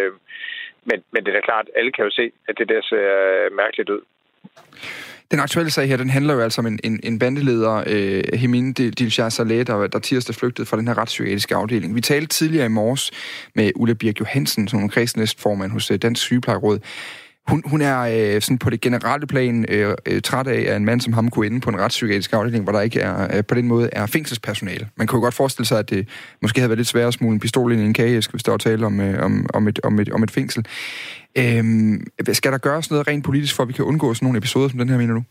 men det er da klart, alle kan jo se, at det der ser mærkeligt ud. Den aktuelle sag her, den handler jo altså om en bandeleder, Hemine Dilshah Saleh, der tirsdag flygtede fra den her retspsykiatriske afdeling. Vi talte tidligere i morges med Ulla Birk Johansen, som er kredsnæstformand hos Dansk Sygeplejeråd. Hun er sådan på det generelle plan træt af, at en mand som ham kunne ende på en retspsykiatrisk afdeling, hvor der ikke er på den måde er fængselspersonale. Man kunne jo godt forestille sig, at det måske havde været lidt sværere at smule en pistol ind i en kageæske, hvis der var tale om et fængsel. Skal der gøres noget rent politisk, for at vi kan undgå sådan nogle episoder som den her, mener du?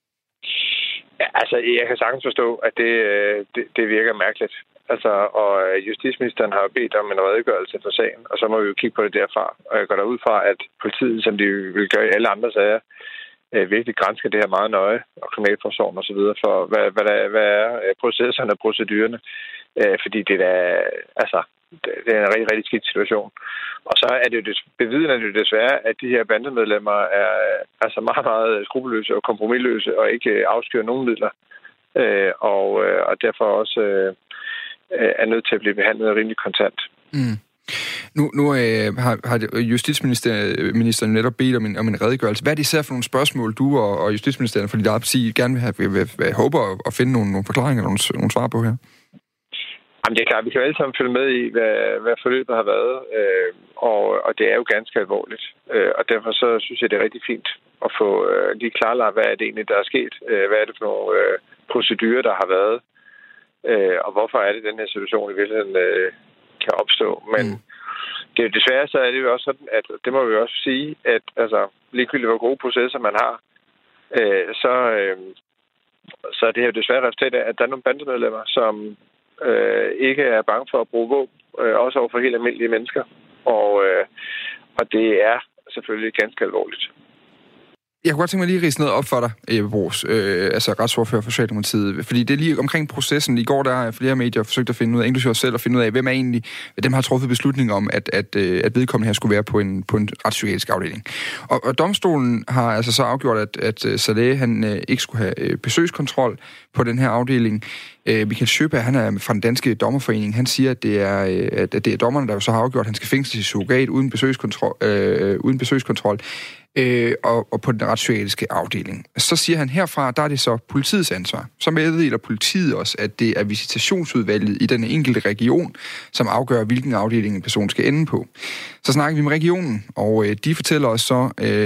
Ja, altså, jeg kan sagtens forstå, at det virker mærkeligt. Altså, og justitsministeren har bedt om en redegørelse for sagen, og så må vi jo kigge på det derfra. Og jeg går derud fra, at politiet, som de vil gøre i alle andre sager, virkelig grænsker det her meget nøje, og kriminalforsorgen og så videre, for hvad er processerne og procedurerne. Fordi det er en rigtig, rigtig skidt situation. Og så er det jo bevidende desværre, at de her bandemedlemmer er altså meget, meget skrupelløse og kompromisløse, og ikke afskyr nogen midler. Og derfor også er nødt til at blive behandlet rimelig kontant. Mm. Nu har justitsministeren netop bedt om en redegørelse. Hvad er det især for nogle spørgsmål, du og justitsministeren for dit eget parti gerne vil håber at finde nogle forklaringer, nogle svar på her? Jamen, det er klart, vi kan jo alle sammen følge med i, hvad forløbet har været, og det er jo ganske alvorligt. Og derfor så synes jeg, det er rigtig fint at få lige klarlagt, hvad er det egentlig, der er sket? Hvad er det for nogle procedurer, der har været? Og hvorfor er det, den her situation i virkeligheden kan opstå? Men det er jo desværre, så er det jo også sådan, at det må vi jo også sige, at altså, ligegyldigt hvor gode processer man har, så er det her jo desværre resultat af, at der er nogle bandemedlemmer, som ikke er bange for at bruge våben, også over for helt almindelige mennesker. Og det er selvfølgelig ganske alvorligt. Jeg kunne godt tænke mig lige at ridse noget op for dig, Jeppe Bruus, altså retsordfører for Socialdemokratiet. Fordi det er lige omkring processen. I går der er flere medier forsøgt at finde ud af, inklusive os selv, at finde ud af, hvem er egentlig dem har truffet beslutning om, at vedkommende her skulle være på en retspsykiatrisk afdeling. Og domstolen har altså så afgjort, at Saleh han ikke skulle have besøgskontrol på den her afdeling. Michael Sjøberg, han er fra den danske dommerforening. Han siger, at det er dommerne, der jo så har afgjort, at han skal fængsles i surrogat uden besøgskontrol. Og på den retspsykiatriske afdeling. Så siger han herfra, der er det så politiets ansvar. Så meddeler politiet også, at det er visitationsudvalget i den enkelte region, som afgør, hvilken afdeling en person skal ende på. Så snakker vi med regionen, og de fortæller os så,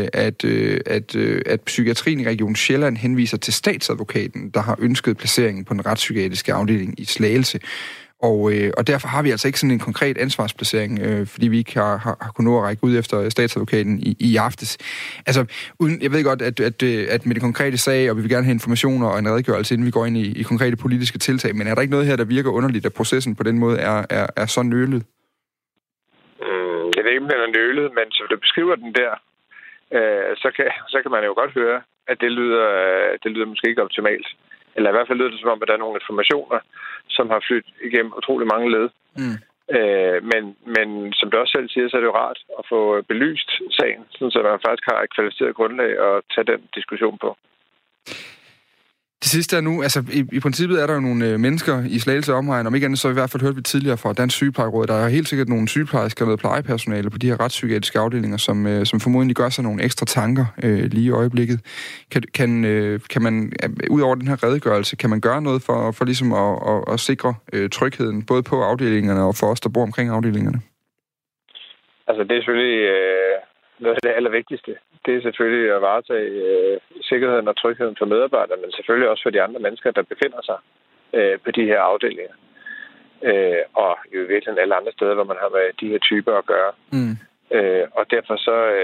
at psykiatrien i Region Sjælland henviser til statsadvokaten, der har ønsket placeringen på den retspsykiatriske afdeling i Slagelse. Og derfor har vi altså ikke sådan en konkret ansvarsplacering, fordi vi ikke har kunnet nå at række ud efter statsadvokaten i aftes. Altså, jeg ved godt, at med det konkrete sag, og vi vil gerne have informationer og en redegørelse, inden vi går ind i konkrete politiske tiltag, men er der ikke noget her, der virker underligt, at processen på den måde er så nølet? Jeg ved ikke, om den er nølet, men så du beskriver den der, så kan man jo godt høre, at det lyder måske ikke optimalt. Eller i hvert fald lyder det som om, at der er nogle informationer, som har flyttet igennem utrolig mange led. Men som du også selv siger, så er det jo rart at få belyst sagen, så man faktisk har et kvalificeret grundlag at tage den diskussion på. Det sidste er nu, altså i princippet er der jo nogle mennesker i Slagelse omegn, om ikke andet så i hvert fald hørte vi tidligere fra Dansk Sygeplejeråd, der er helt sikkert nogle sygeplejersker og noget plejepersonale på de her retspsykiatriske afdelinger, som formodentlig gør sig nogle ekstra tanker lige i øjeblikket. Kan man, ud over den her redegørelse, kan man gøre noget for ligesom at sikre trygheden, både på afdelingerne og for os, der bor omkring afdelingerne? Altså det er selvfølgelig noget af det allervigtigste. Det er selvfølgelig at varetage sikkerheden og trygheden for medarbejdere, men selvfølgelig også for de andre mennesker, der befinder sig på de her afdelinger. Og jo i virkeligheden alle andre steder, hvor man har med de her typer at gøre. Og derfor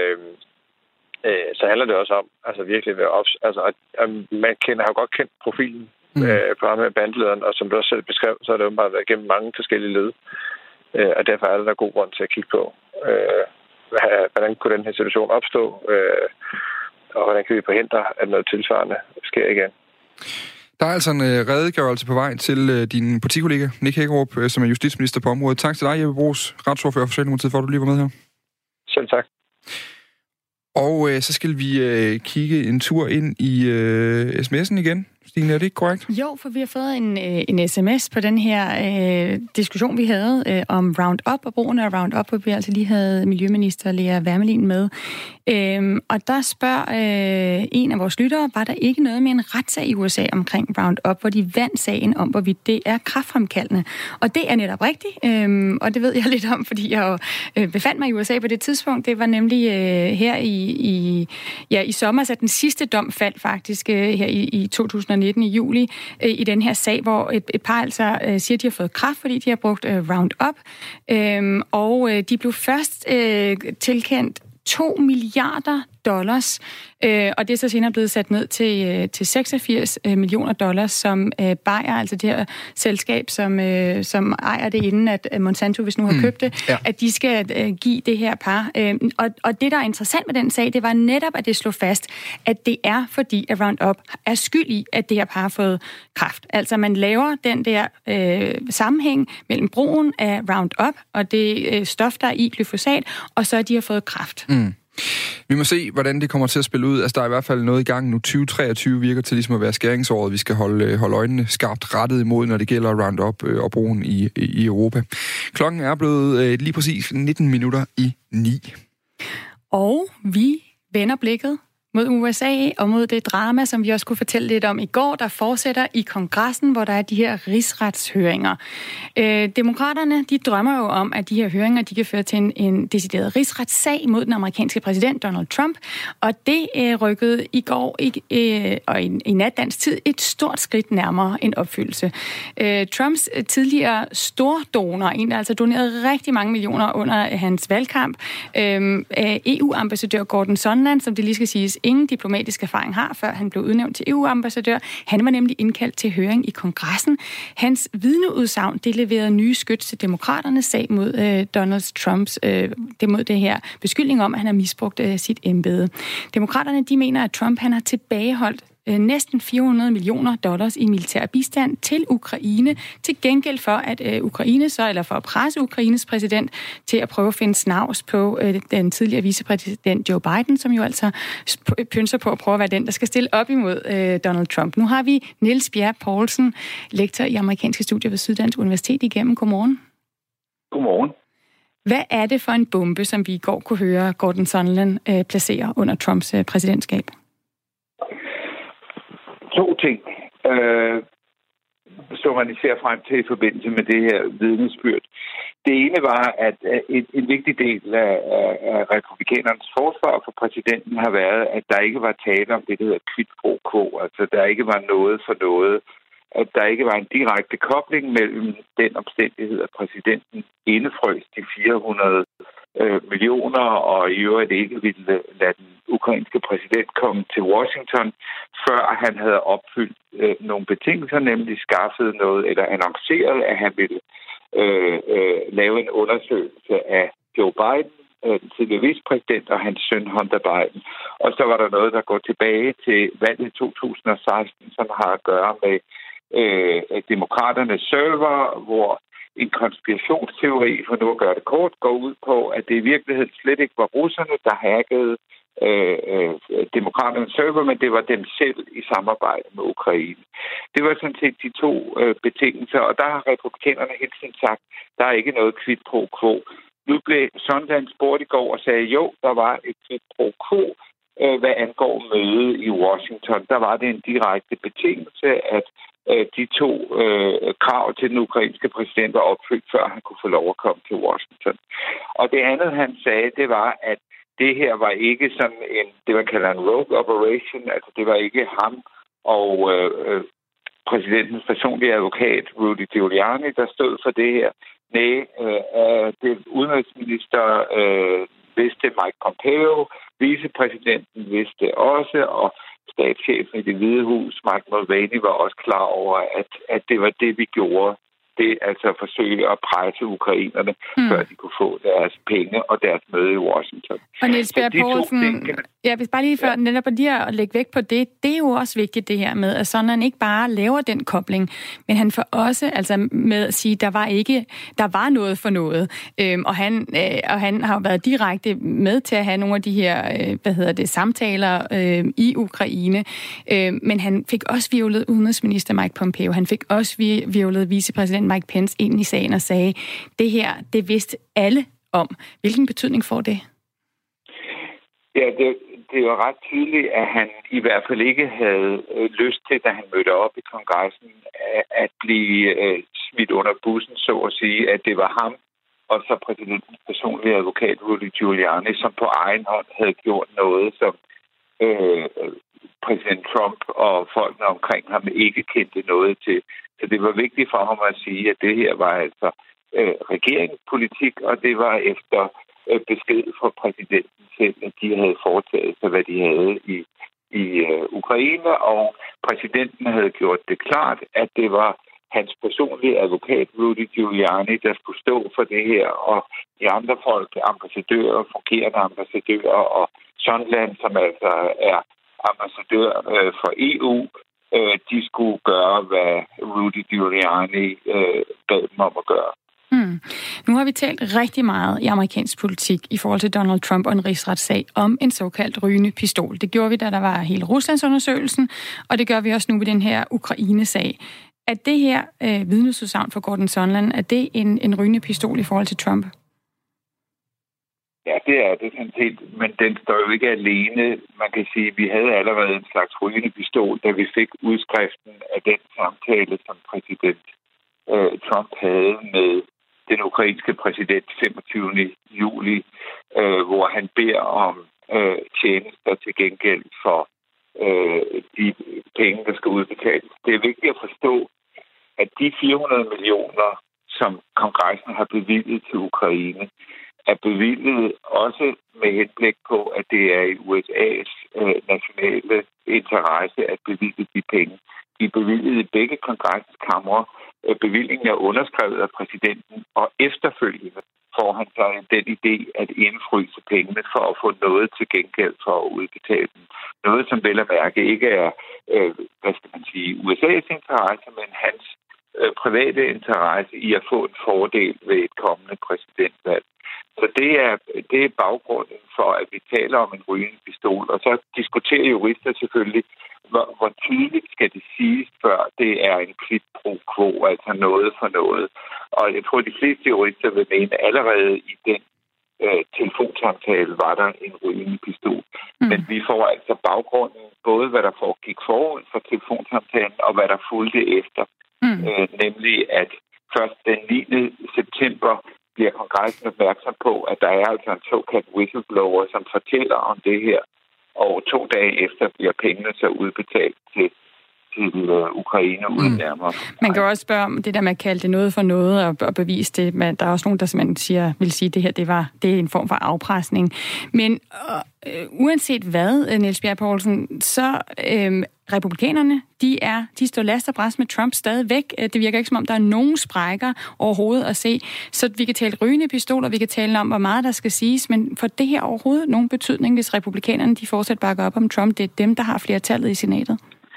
så handler det også om altså virkelig at man har godt kendt profilen på ham med bandelederen, og som du også selv beskrev, så har det jo bare været gennem mange forskellige led. Og derfor er der god grund til at kigge på, hvordan kunne den her situation opstå, og hvordan kan vi forhindre, at noget tilsvarende sker igen. Der er altså en redegørelse på vej til din partikollega, Nick Hækkerup, som er justitsminister på området. Tak til dig, Jeppe Bruus, retsordfører for Socialdemokratiet, for at du lige var med her. Selv tak. Og så skal vi kigge en tur ind i sms'en igen. Stine, er det ikke korrekt? Jo, for vi har fået en sms på den her diskussion, vi havde om Roundup og brugen af Roundup, hvor vi altså lige havde Miljøminister Lea Wermelin med. Og der spørger en af vores lyttere, var der ikke noget med en retssag i USA omkring Roundup, hvor de vandt sagen om, hvorvidt det er kræftfremkaldende. Og det er netop rigtigt, og det ved jeg lidt om, fordi jeg jo befandt mig i USA på det tidspunkt. Det var nemlig her i sommer, så den sidste dom faldt faktisk her i 2019 i juli i den her sag, hvor et par altså siger, at de har fået kræft, fordi de har brugt Roundup. Og de blev først tilkendt $2 milliarder, og det er så senere blevet sat ned til $86 millioner, som Bayer, altså det her selskab, som ejer det inden, at Monsanto, hvis nu har købt det, at de skal give det her par. Og det, der er interessant med den sag, det var netop, at det slog fast, at det er fordi, at Roundup er skyld i, at det her par har fået kræft. Altså man laver den der sammenhæng mellem brugen af Roundup og det stof, der er i glyfosat, og så de har fået kræft. Vi må se, hvordan det kommer til at spille ud. Altså, der er i hvert fald noget i gang nu. 2023 virker til ligesom at være skæringsåret. Vi skal holde øjnene skarpt rettet imod, når det gælder Roundup og brugen i Europa. Klokken er blevet lige præcis 19 minutter i 9. Og vi vender blikket mod USA og mod det drama, som vi også kunne fortælle lidt om i går, der fortsætter i kongressen, hvor der er de her rigsretshøringer. Demokraterne, de drømmer jo om, at de her høringer, de kan føre til en decideret rigsretssag mod den amerikanske præsident Donald Trump, og det rykkede i går og i nat dansk tid et stort skridt nærmere en opfyldelse. Trumps tidligere stordonor, en der altså donerede rigtig mange millioner under hans valgkamp, EU-ambassadør Gordon Sondland, som det lige skal siges, ingen diplomatisk erfaring har, før han blev udnævnt til EU-ambassadør. Han var nemlig indkaldt til høring i kongressen. Hans vidneudsagn, det leverede nye skyts til demokraternes sag mod Donald Trumps, mod det her beskyldning om, at han har misbrugt sit embede. Demokraterne, de mener, at Trump han har tilbageholdt næsten $400 millioner i militær bistand til Ukraine, til gengæld for at Ukraine så, eller for at presse Ukraines præsident til at prøve at finde snavs på den tidligere vicepræsident Joe Biden, som jo altså pynser på at prøve at være den, der skal stille op imod Donald Trump. Nu har vi Niels Bjerg Poulsen, lektor i amerikanske studier ved Syddansk Universitet igennem. Godmorgen. Godmorgen. Hvad er det for en bombe, som vi i går kunne høre Gordon Sondland placere under Trumps præsidentskab? To ting, som man ser frem til i forbindelse med det her vidnesbyrd. Det ene var, at en vigtig del af republikanernes forsvar for præsidenten har været, at der ikke var tale om det, der hedder quid pro quo. Altså, der ikke var noget for noget. At der ikke var en direkte kobling mellem den omstændighed, at præsidenten indefrøs de 400 millioner, og i øvrigt ikke ville lade den ukrainske præsident komme til Washington, før han havde opfyldt nogle betingelser, nemlig skaffet noget, eller annonceret, at han ville lave en undersøgelse af Joe Biden, den tidligere vicepræsident, og hans søn Hunter Biden. Og så var der noget, der går tilbage til valget i 2016, som har at gøre med demokraternes server, hvor en konspirationsteori, for nu at gøre det kort, går ud på, at det i virkeligheden slet ikke var russerne, der hackede demokraternes server, men det var dem selv i samarbejde med Ukraine. Det var sådan set de to betingelser, og der har republikanerne hele tiden sagt, der er ikke noget quid pro quo. Nu blev Sondland spurgt i går og sagde, jo, der var et quid pro quo, hvad angår mødet i Washington. Der var det en direkte betingelse, at de to krav til den ukrainske præsident var opfyldt, før han kunne få lov at komme til Washington. Og det andet, han sagde, det var, at det her var ikke sådan det man kalder en rogue operation, altså det var ikke ham og præsidentens personlige advokat, Rudy Giuliani, der stod for det her. Nej, det udenrigsminister vidste, Mike Pompeo, vicepræsidenten vidste også, og statschefen i Det Hvide Hus, Mike Mulvaney, var også klar over, at det var det, vi gjorde det altså at forsøge at presse ukrainerne, før de kunne få deres penge og deres møde i Washington. Og Niels Bjerg Poulsen, hvis bare lige før netop lige at lægge vægt på det er jo også vigtigt det her med, at Sondland ikke bare laver den kobling, men han får også altså med at sige, der var noget for noget. Og han har været direkte med til at have nogle af de her, samtaler i Ukraine. Men han fik også virvlet udenrigsminister Mike Pompeo. Han fik også virvlet vicepræsident Mike Pence ind i sagen og sagde, det her, det vidste alle om. Hvilken betydning får det? Ja, det var ret tydeligt, at han i hvert fald ikke havde lyst til, da han mødte op i kongressen, at blive smidt under bussen, så at sige, at det var ham og så præsidentens personlige advokat, Rudy Giuliani, som på egen hånd havde gjort noget, som præsident Trump og folkene omkring ham ikke kendte noget til. Så det var vigtigt for ham at sige, at det her var altså regeringspolitik, og det var efter besked fra præsidenten selv, at de havde foretaget sig, hvad de havde i Ukraine, og præsidenten havde gjort det klart, at det var hans personlige advokat, Rudy Giuliani, der skulle stå for det her, og de andre folk, ambassadører, fungerende ambassadører, og Sondland, som altså er ambassadør for EU, de skulle gøre, hvad Rudy Giuliani bad dem om at gøre. Nu har vi talt rigtig meget i amerikansk politik i forhold til Donald Trump og en rigsretssag om en såkaldt rygende pistol. Det gjorde vi, da der var hele Ruslandsundersøgelsen, og det gør vi også nu ved den her Ukraine-sag. Er det her vidnesudsagn for Gordon Sondland, er det en rygende pistol i forhold til Trump? Ja, det er det sådan set, men den står jo ikke alene. Man kan sige, at vi havde allerede en slags rygende pistol, da vi fik udskriften af den samtale, som præsident Trump havde med den ukrainske præsident 25. juli, hvor han beder om tjenester til gengæld for de penge, der skal udbetales. Det er vigtigt at forstå, at de 400 millioner, som kongressen har bevilget til Ukraine, er bevilget også med henblik på, at det er i USA's nationale interesse at bevilge de penge. De er bevilget i begge kongresskamre. Bevillingen er underskrevet af præsidenten, og efterfølgende får han så den idé at indfryse pengene for at få noget til gengæld for at udbetale dem. Noget, som vel at mærke ikke er, USA's interesse, men hans private interesse i at få en fordel ved et kommende præsidentvalg. Så det er baggrunden for, at vi taler om en rygende pistol. Og så diskuterer jurister selvfølgelig, hvor tydeligt skal det siges, før det er en quid pro quo, altså noget for noget. Og jeg tror, de fleste jurister vil mene, allerede i den telefonsamtale var der en rygende pistol. Men vi får altså baggrunden, både hvad der foregik forud for telefonsamtalen, og hvad der fulgte efter. Nemlig, at først den 9. september bliver kongressen opmærksom på, at der er altså en såkaldt whistleblower, som fortæller om det her, og 2 dage efter bliver pengene så udbetalt til Ukraine uden nærmere. Man kan også spørge om det der med at kalde det noget for noget og bevise det, men der er også nogen, der simpelthen vil sige, at det her det er en form for afpresning. Men uanset hvad, Niels Bjerg Poulsen, så republikanerne, de står last og bræst med Trump stadigvæk. Det virker ikke som om, der er nogen sprækker overhovedet at se. Så vi kan tale rygende pistoler, vi kan tale om, hvor meget der skal siges, men for det her overhovedet nogen betydning, hvis republikanerne de fortsat bakker op om Trump, det er dem, der har flertallet i senatet?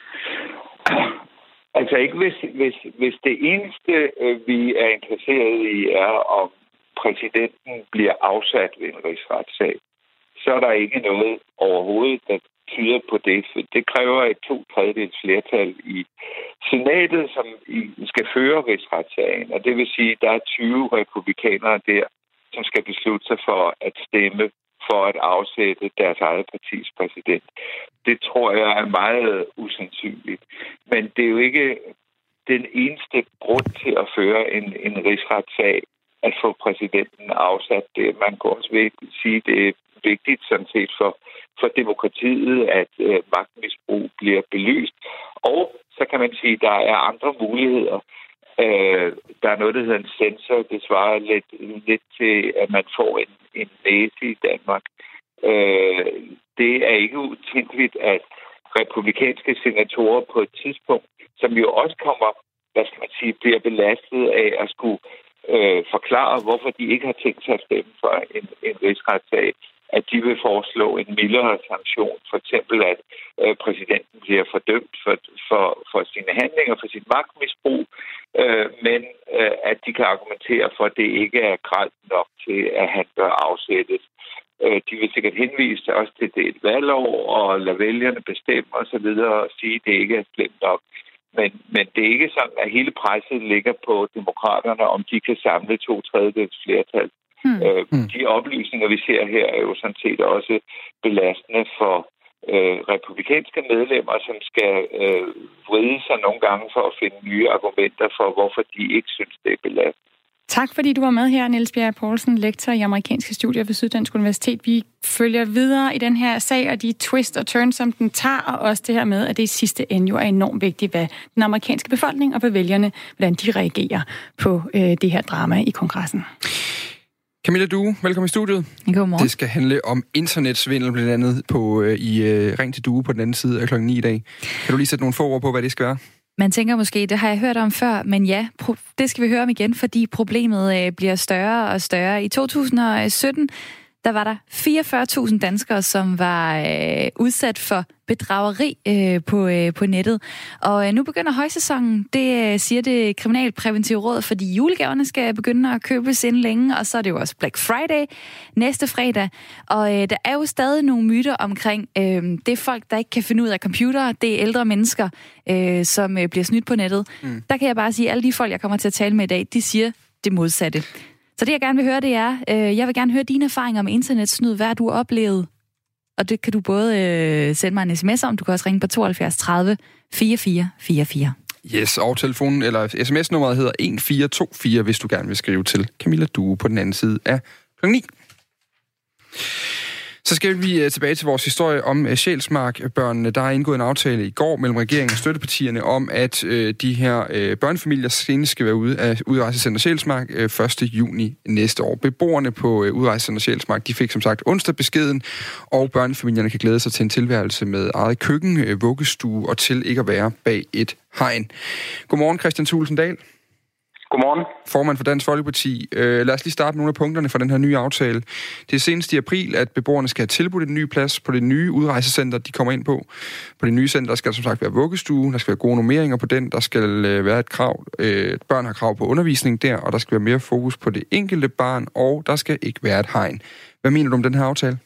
Altså ikke hvis det eneste, vi er interesseret i, er om præsidenten bliver afsat ved en rigsretssag, så er der ikke noget overhovedet, der tyder på det. Det kræver et 2/3 flertal i senatet, som skal føre rigsretssagen. Og det vil sige, at der er 20 republikanere der, som skal beslutte sig for at stemme for at afsætte deres eget partis præsident. Det tror jeg er meget usandsynligt. Men det er jo ikke den eneste grund til at føre en rigsretssag, at få præsidenten afsat. Man kan også sige, at det er vigtigt sådan set for demokratiet, at magtmisbrug bliver belyst. Og så kan man sige, at der er andre muligheder. Der er noget, der hedder en censor. Det svarer lidt til, at man får en næse i Danmark. Det er ikke utænkeligt, at republikanske senatorer på et tidspunkt, som jo også kommer bliver belastet af at skulle forklare, hvorfor de ikke har tænkt sig at stemme for en rigsretssag, at de vil foreslå en mildere sanktion. For eksempel, at præsidenten bliver fordømt for sine handlinger, for sit magtmisbrug, men at de kan argumentere for, at det ikke er grelt nok til, at han bør afsættes. De vil sikkert henvise også til det et valgår og lade vælgerne bestemme osv. og sige, at det ikke er slemt nok. Men det er ikke sådan, at hele presset ligger på demokraterne, om de kan samle 2/3 flertal. De oplysninger, vi ser her, er jo sådan set også belastende for republikanske medlemmer, som skal vride sig nogle gange for at finde nye argumenter for, hvorfor de ikke synes, det er belastende. Tak fordi du var med her, Niels Bjerg Poulsen, lektor i amerikanske studier ved Syddansk Universitet. Vi følger videre i den her sag og de twist og turns, som den tager, og også det her med, at det i sidste ende jo er enormt vigtigt, hvad den amerikanske befolkning og hvad vælgerne, hvordan de reagerer på det her drama i kongressen. Camilla Due, velkommen i studiet. Godmorgen. Det skal handle om internetsvindel, blandt andet i Ring til Due på den anden side af 9:00 i dag. Kan du lige sætte nogle få ord på, hvad det skal være? Man tænker måske, det har jeg hørt om før, men ja, det skal vi høre om igen, fordi problemet bliver større og større. I 2017, der var der 44.000 danskere, som var udsat for bedrageri på nettet. Og nu begynder højsæsonen, det siger det kriminalpræventive råd, fordi julegaverne skal begynde at købes inden længe, og så er det jo også Black Friday næste fredag. Og der er jo stadig nogle myter omkring, det er folk, der ikke kan finde ud af computere, det er ældre mennesker, som bliver snydt på nettet. Der kan jeg bare sige, at alle de folk, jeg kommer til at tale med i dag, de siger det modsatte. Så det, jeg gerne vil høre, det er, jeg vil gerne høre dine erfaringer med internetsnyd, hvad du har oplevet. Og det kan du både sende mig en sms om, du kan også ringe på 72 30 44 44. Yes, og telefonen eller sms-nummeret hedder 1424, hvis du gerne vil skrive til Camilla Due på den anden side af 9:00. Så skal vi tilbage til vores historie om Sjælsmark-børnene. Der er indgået en aftale i går mellem regeringen og støttepartierne om, at de her børnefamilier senest skal være ude af Udrejsecenter Sjælsmark 1. juni næste år. Beboerne på Udrejsecenter Sjælsmark, de fik som sagt onsdag beskeden, og børnefamilierne kan glæde sig til en tilværelse med eget køkken, vuggestue og til ikke at være bag et hegn. Godmorgen, Christian Thulesen Dahl. Godmorgen. Formand for Dansk Folkeparti. Lad os lige starte nogle af punkterne fra den her nye aftale. Det er senest i april, at beboerne skal have tilbudt en ny plads på det nye udrejsecenter, de kommer ind på. På det nye center skal der som sagt være vuggestue, der skal være gode normeringer på den, der skal være et krav, børn har krav på undervisning der, og der skal være mere fokus på det enkelte barn, og der skal ikke være et hegn. Hvad mener du om den her aftale?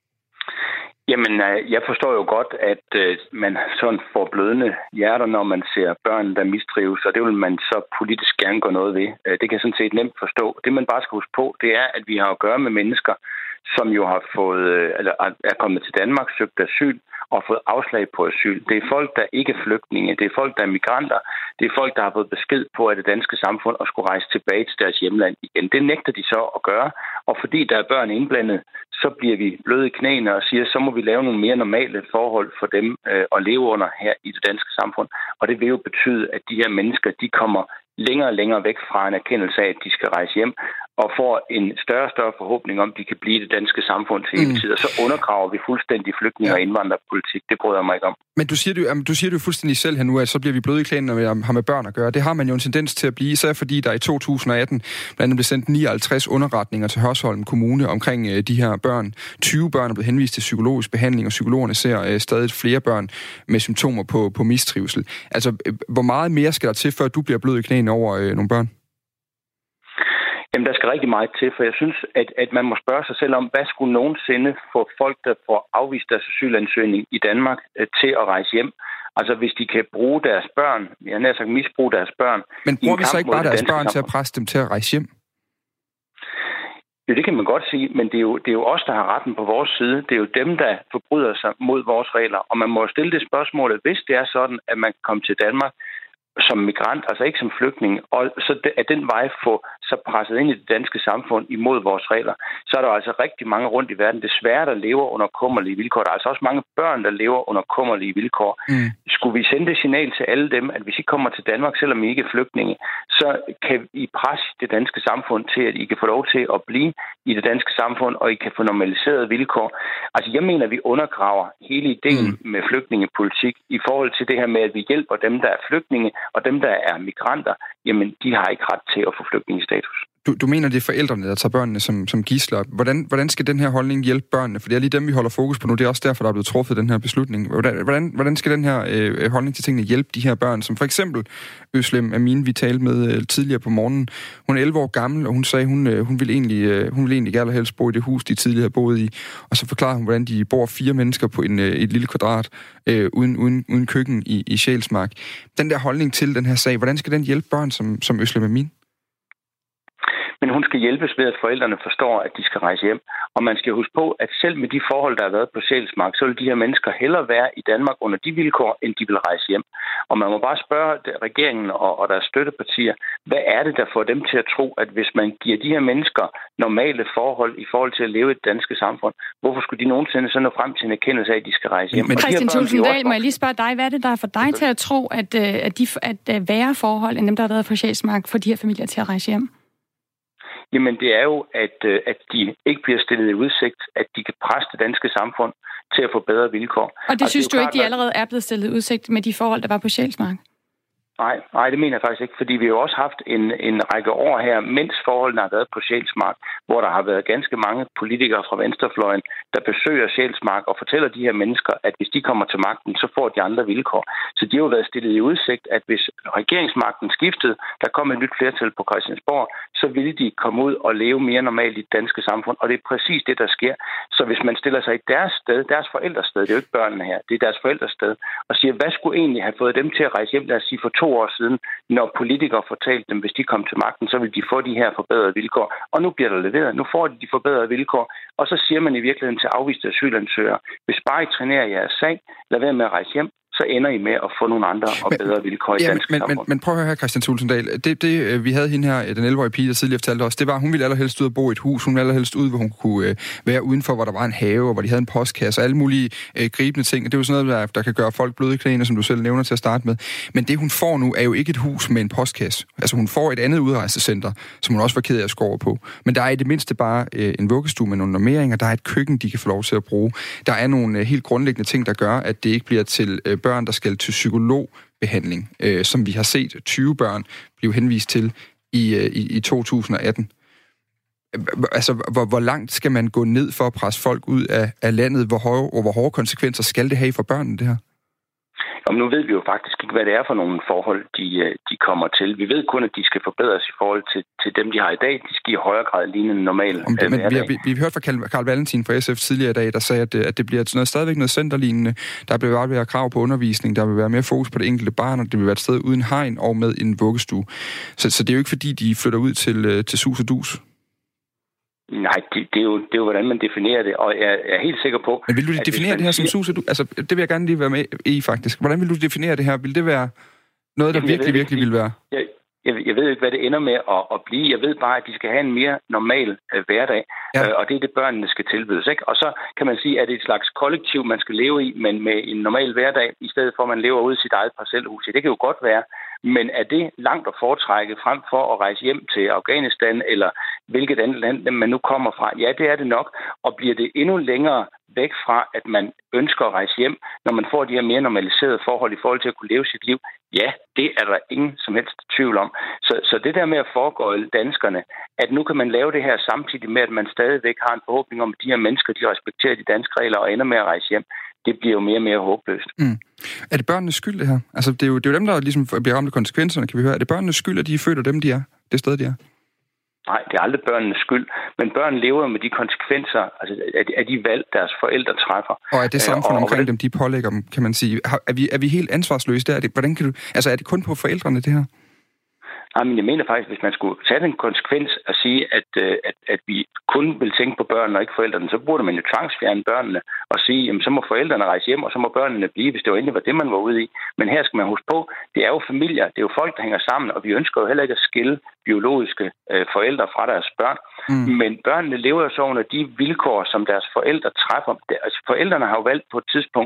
Jamen, jeg forstår jo godt, at man sådan får blødende hjerter, når man ser børn, der mistrives, og det vil man så politisk gerne gøre noget ved. Det kan jeg sådan set nemt forstå. Det, man bare skal huske på, det er, at vi har at gøre med mennesker, som jo har fået, eller er kommet til Danmark, søgt asyl og fået afslag på asyl. Det er folk, der ikke er flygtninge. Det er folk, der er migranter. Det er folk, der har fået besked på af det danske samfund og skulle rejse tilbage til deres hjemland igen. Det nægter de så at gøre, og fordi der er børn indblandet, så bliver vi bløde i knæene og siger, så må vi lave nogle mere normale forhold for dem at leve under her i det danske samfund. Og det vil jo betyde, at de her mennesker, de kommer længere og længere væk fra en erkendelse af, at de skal rejse hjem, og får en større og større forhåbning om, at de kan blive det danske samfund til evig tid. Og så undergraver vi fuldstændig flygtninge- og indvandrerpolitik. Det bryder jeg mig ikke om. Men du siger det jo fuldstændig selv her nu, at så bliver vi bløde i klæden, når vi har med børn at gøre. Det har man jo en tendens til at blive, især fordi der i 2018 blandt andet blev sendt 59 underretninger til Hørsholm Kommune omkring de her børn. 20 børn er blevet henvist til psykologisk behandling, og psykologerne ser stadig flere børn med symptomer på mistrivsel. Altså, hvor meget mere skal der til, før du bliver blød i knæene over nogle børn? Jamen, der skal rigtig meget til, for jeg synes, at man må spørge sig selv om, hvad skulle nogensinde få folk, der får afvist deres asylansøgning i Danmark, til at rejse hjem? Altså, hvis de kan bruge deres børn, jeg har nær sagt misbruge deres børn... Men bruger vi så ikke bare deres børn til at presse dem til at rejse hjem? Jo, det kan man godt sige, men det er jo os, der har retten på vores side. Det er jo dem, der forbryder sig mod vores regler. Og man må stille det spørgsmål, at hvis det er sådan, at man kan komme til Danmark som migrant, altså ikke som flygtning, og så at den vej få så presset ind i det danske samfund imod vores regler, så er der altså rigtig mange rundt i verden, desværre, der lever under kummerlige vilkår. Der er altså også mange børn, der lever under kummerlige vilkår. Skulle vi sende det signal til alle dem, at hvis I kommer til Danmark, selvom I ikke er flygtninge, så kan I presse det danske samfund til, at I kan få lov til at blive i det danske samfund, og I kan få normaliseret vilkår. Altså, jeg mener, at vi undergraver hele ideen med flygtningepolitik i forhold til det her med, at vi hjælper dem, der er flygtninge, og dem, der er migranter, jamen, de har ikke ret til at få flygtningestatus. Du mener, det er forældrene, der tager børnene som gidsler. Hvordan skal den her holdning hjælpe børnene? For det er lige dem, vi holder fokus på nu. Det er også derfor, der er blevet truffet den her beslutning. Hvordan skal den her holdning til tingene hjælpe de her børn, som for eksempel Özlem Amin, vi talte med tidligere på morgenen. Hun er 11 år gammel, og hun sagde, hun ville egentlig gerne helst bo i det hus, de tidligere havde boet i. Og så forklarede hun, hvordan de bor 4 mennesker på et lille kvadrat, uden køkken i Sjælsmark. Den der holdning til den her sag, hvordan skal den hjælpe børn som Özlem Amin? Men hun skal hjælpes ved, at forældrene forstår, at de skal rejse hjem. Og man skal huske på, at selv med de forhold, der har været på Sjælsmark, så vil de her mennesker hellere være i Danmark under de vilkår, end de vil rejse hjem. Og man må bare spørge regeringen og deres støttepartier, hvad er det, der får dem til at tro, at hvis man giver de her mennesker normale forhold i forhold til at leve i det danske samfund, hvorfor skulle de nogensinde så nå frem til en erkendelse af, at de skal rejse hjem? Men Kristian Thulesen Dahl, må jeg lige spørge dig, hvad er det, der får dig til at tro, at de værre forhold, end dem, der har været på Sjælsmark, får de her familier til at rejse hjem? Jamen, det er jo, at de ikke bliver stillet i udsigt, at de kan presse det danske samfund til at få bedre vilkår. Og det synes du ikke, de allerede er blevet stillet i udsigt med de forhold, der var på Sjælsmark? Nej, det mener jeg faktisk ikke, fordi vi har jo også haft en række år her, mens forholdene har været på Sjælsmark, hvor der har været ganske mange politikere fra venstrefløjen, der besøger Sjælsmark og fortæller de her mennesker, at hvis de kommer til magten, så får de andre vilkår. Så de har jo været stillet i udsigt, at hvis regeringsmagten skiftede, der kom et nyt flertal på Christiansborg, så ville de komme ud og leve mere normalt i det danske samfund, og det er præcis det, der sker. Så hvis man stiller sig i deres sted, deres forældres sted, det er jo ikke børnene her, det er deres forældres sted, og siger, hvad skulle egentlig have fået dem til at rejse hjem, lad os sige for 2 år siden, når politikere fortalte dem, hvis de kom til magten, så vil de få de her forbedrede vilkår. Og nu bliver der leveret. Nu får de forbedrede vilkår. Og så siger man i virkeligheden til afviste asylansøgere, hvis bare I trænerer jeres sag, lad være med at rejse hjem, så ender I med at få nogle andre og bedre vilkår i dansk samfund. Men prøv at høre her, Kristian Thulesen Dahl. Det vi havde hende her, den 11-årige pige, der tidligere fortalte os, det var, hun ville allerhelst ud og bo i et hus. Hun ville allerhelst ud, hvor hun kunne være udenfor, hvor der var en have, og hvor de havde en postkasse og alle mulige gribende ting. Det er jo sådan noget, der kan gøre folk bløde i knæene, som du selv nævner til at starte med. Men det, hun får nu, er jo ikke et hus med en postkasse. Altså, hun får et andet udrejsecenter, som hun også var ked af at skåre på. Men der er i det mindste bare en vuggestue med nogle normeringer. Der er et køkken, de kan få lov til at bruge. Der er nogle helt grundlæggende ting, der gør, at det ikke bliver til børn, der skal til psykologbehandling, som vi har set 20 børn blive henvist til i 2018. Altså, hvor langt skal man gå ned for at presse folk ud af landet? Hvor hårde konsekvenser skal det have for børnene, det her? Og nu ved vi jo faktisk ikke, hvad det er for nogle forhold, de kommer til. Vi ved kun, at de skal forbedres i forhold til dem, de har i dag. De skal i højere grad ligne en normal hverdag. Vi har hørt fra Carl Valentin fra SF tidligere i dag, der sagde, at det bliver stadigvæk noget centerlignende. Der vil være krav på undervisning, der vil være mere fokus på det enkelte barn, og det vil være et sted uden hegn og med en vuggestue. Så det er jo ikke, fordi de flytter ud til sus og dus. Nej, det er jo, hvordan man definerer det, og jeg er helt sikker på... Men vil du definere det her som sus og dus? Altså, det vil jeg gerne lige være med i, faktisk. Hvordan vil du definere det her? Vil det være noget, der virkelig vil være? Jeg ved ikke, hvad det ender med at blive. Jeg ved bare, at de skal have en mere normal hverdag, og det er det, børnene skal tilbydes. Ikke? Og så kan man sige, at det er et slags kollektiv, man skal leve i, men med en normal hverdag, i stedet for, at man lever ude i sit eget parcelhus. Det kan jo godt være, men er det langt at foretrække frem for at rejse hjem til Afghanistan, eller hvilket andet land man nu kommer fra? Ja, det er det nok. Og bliver det endnu længere væk fra, at man ønsker at rejse hjem, når man får de her mere normaliserede forhold i forhold til at kunne leve sit liv? Ja, det er der ingen som helst tvivl om. Så det der med at foregøgle danskerne, at nu kan man lave det her samtidig med, at man stadigvæk har en forhåbning om, at de her mennesker, de respekterer de danske regler og ender med at rejse hjem, det bliver jo mere og mere håbløst. Mm. Er det børnenes skyld, det her? Altså, det er jo dem, der ligesom bliver ramt af konsekvenserne, kan vi høre. Er det børnenes skyld, at de er født af dem, de er? Det sted, de er? Nej, det er aldrig børnenes skyld. Men børn lever med de konsekvenser, altså af de valg, deres forældre træffer. Og er det samfund omkring dem, de pålægger dem, kan man sige? Er vi helt ansvarsløse der? Hvordan kan du... Altså, er det kun på forældrene, det her? Nej, men jeg mener faktisk, hvis man skulle tage den konsekvens og sige, at vi kun vil tænke på børnene og ikke forældrene, så burde man jo tvangsfjerne børnene og sige, jamen så må forældrene rejse hjem, og så må børnene blive, hvis det jo endelig var det, man var ude i. Men her skal man huske på, det er jo familier, det er jo folk, der hænger sammen, og vi ønsker jo heller ikke at skille biologiske forældre fra deres børn. Men børnene lever jo så under de vilkår, som deres forældre træffer. Altså, forældrene har jo valgt på et tidspunkt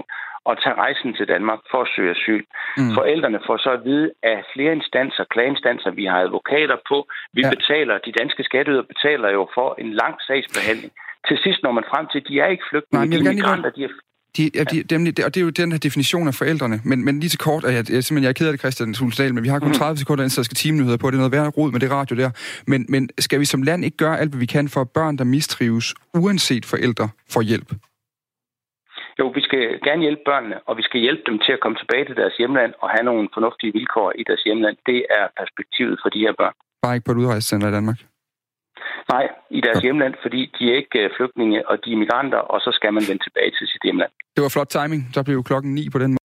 at tage rejsen til Danmark for at søge asyl. Forældrene får så at vide af flere instanser, klageinstanser, vi har advokater på. Vi betaler, de danske skatteydere betaler jo for en lang sagsbehandling. Til sidst når man frem til, at de er ikke flygtninge, de er migranter, de er... Og det er jo den her definition af forældrene. Men lige til kort, jeg er ked af det, Christian Thulesen, men vi har kun 30 sekunder, så skal timenyheder på. Det er noget værre rod med det radio der. Men skal vi som land ikke gøre alt, hvad vi kan for børn, der mistrives, uanset forældre, får hjælp? Jo, vi skal gerne hjælpe børnene, og vi skal hjælpe dem til at komme tilbage til deres hjemland og have nogle fornuftige vilkår i deres hjemland. Det er perspektivet for de her børn. Bare ikke på et udrejsecenter i Danmark? Nej, i deres hjemland, fordi de er ikke flygtninge, og de er migranter, og så skal man vende tilbage til sit hjemland. Det var flot timing. Der blev klokken 9 på den måde.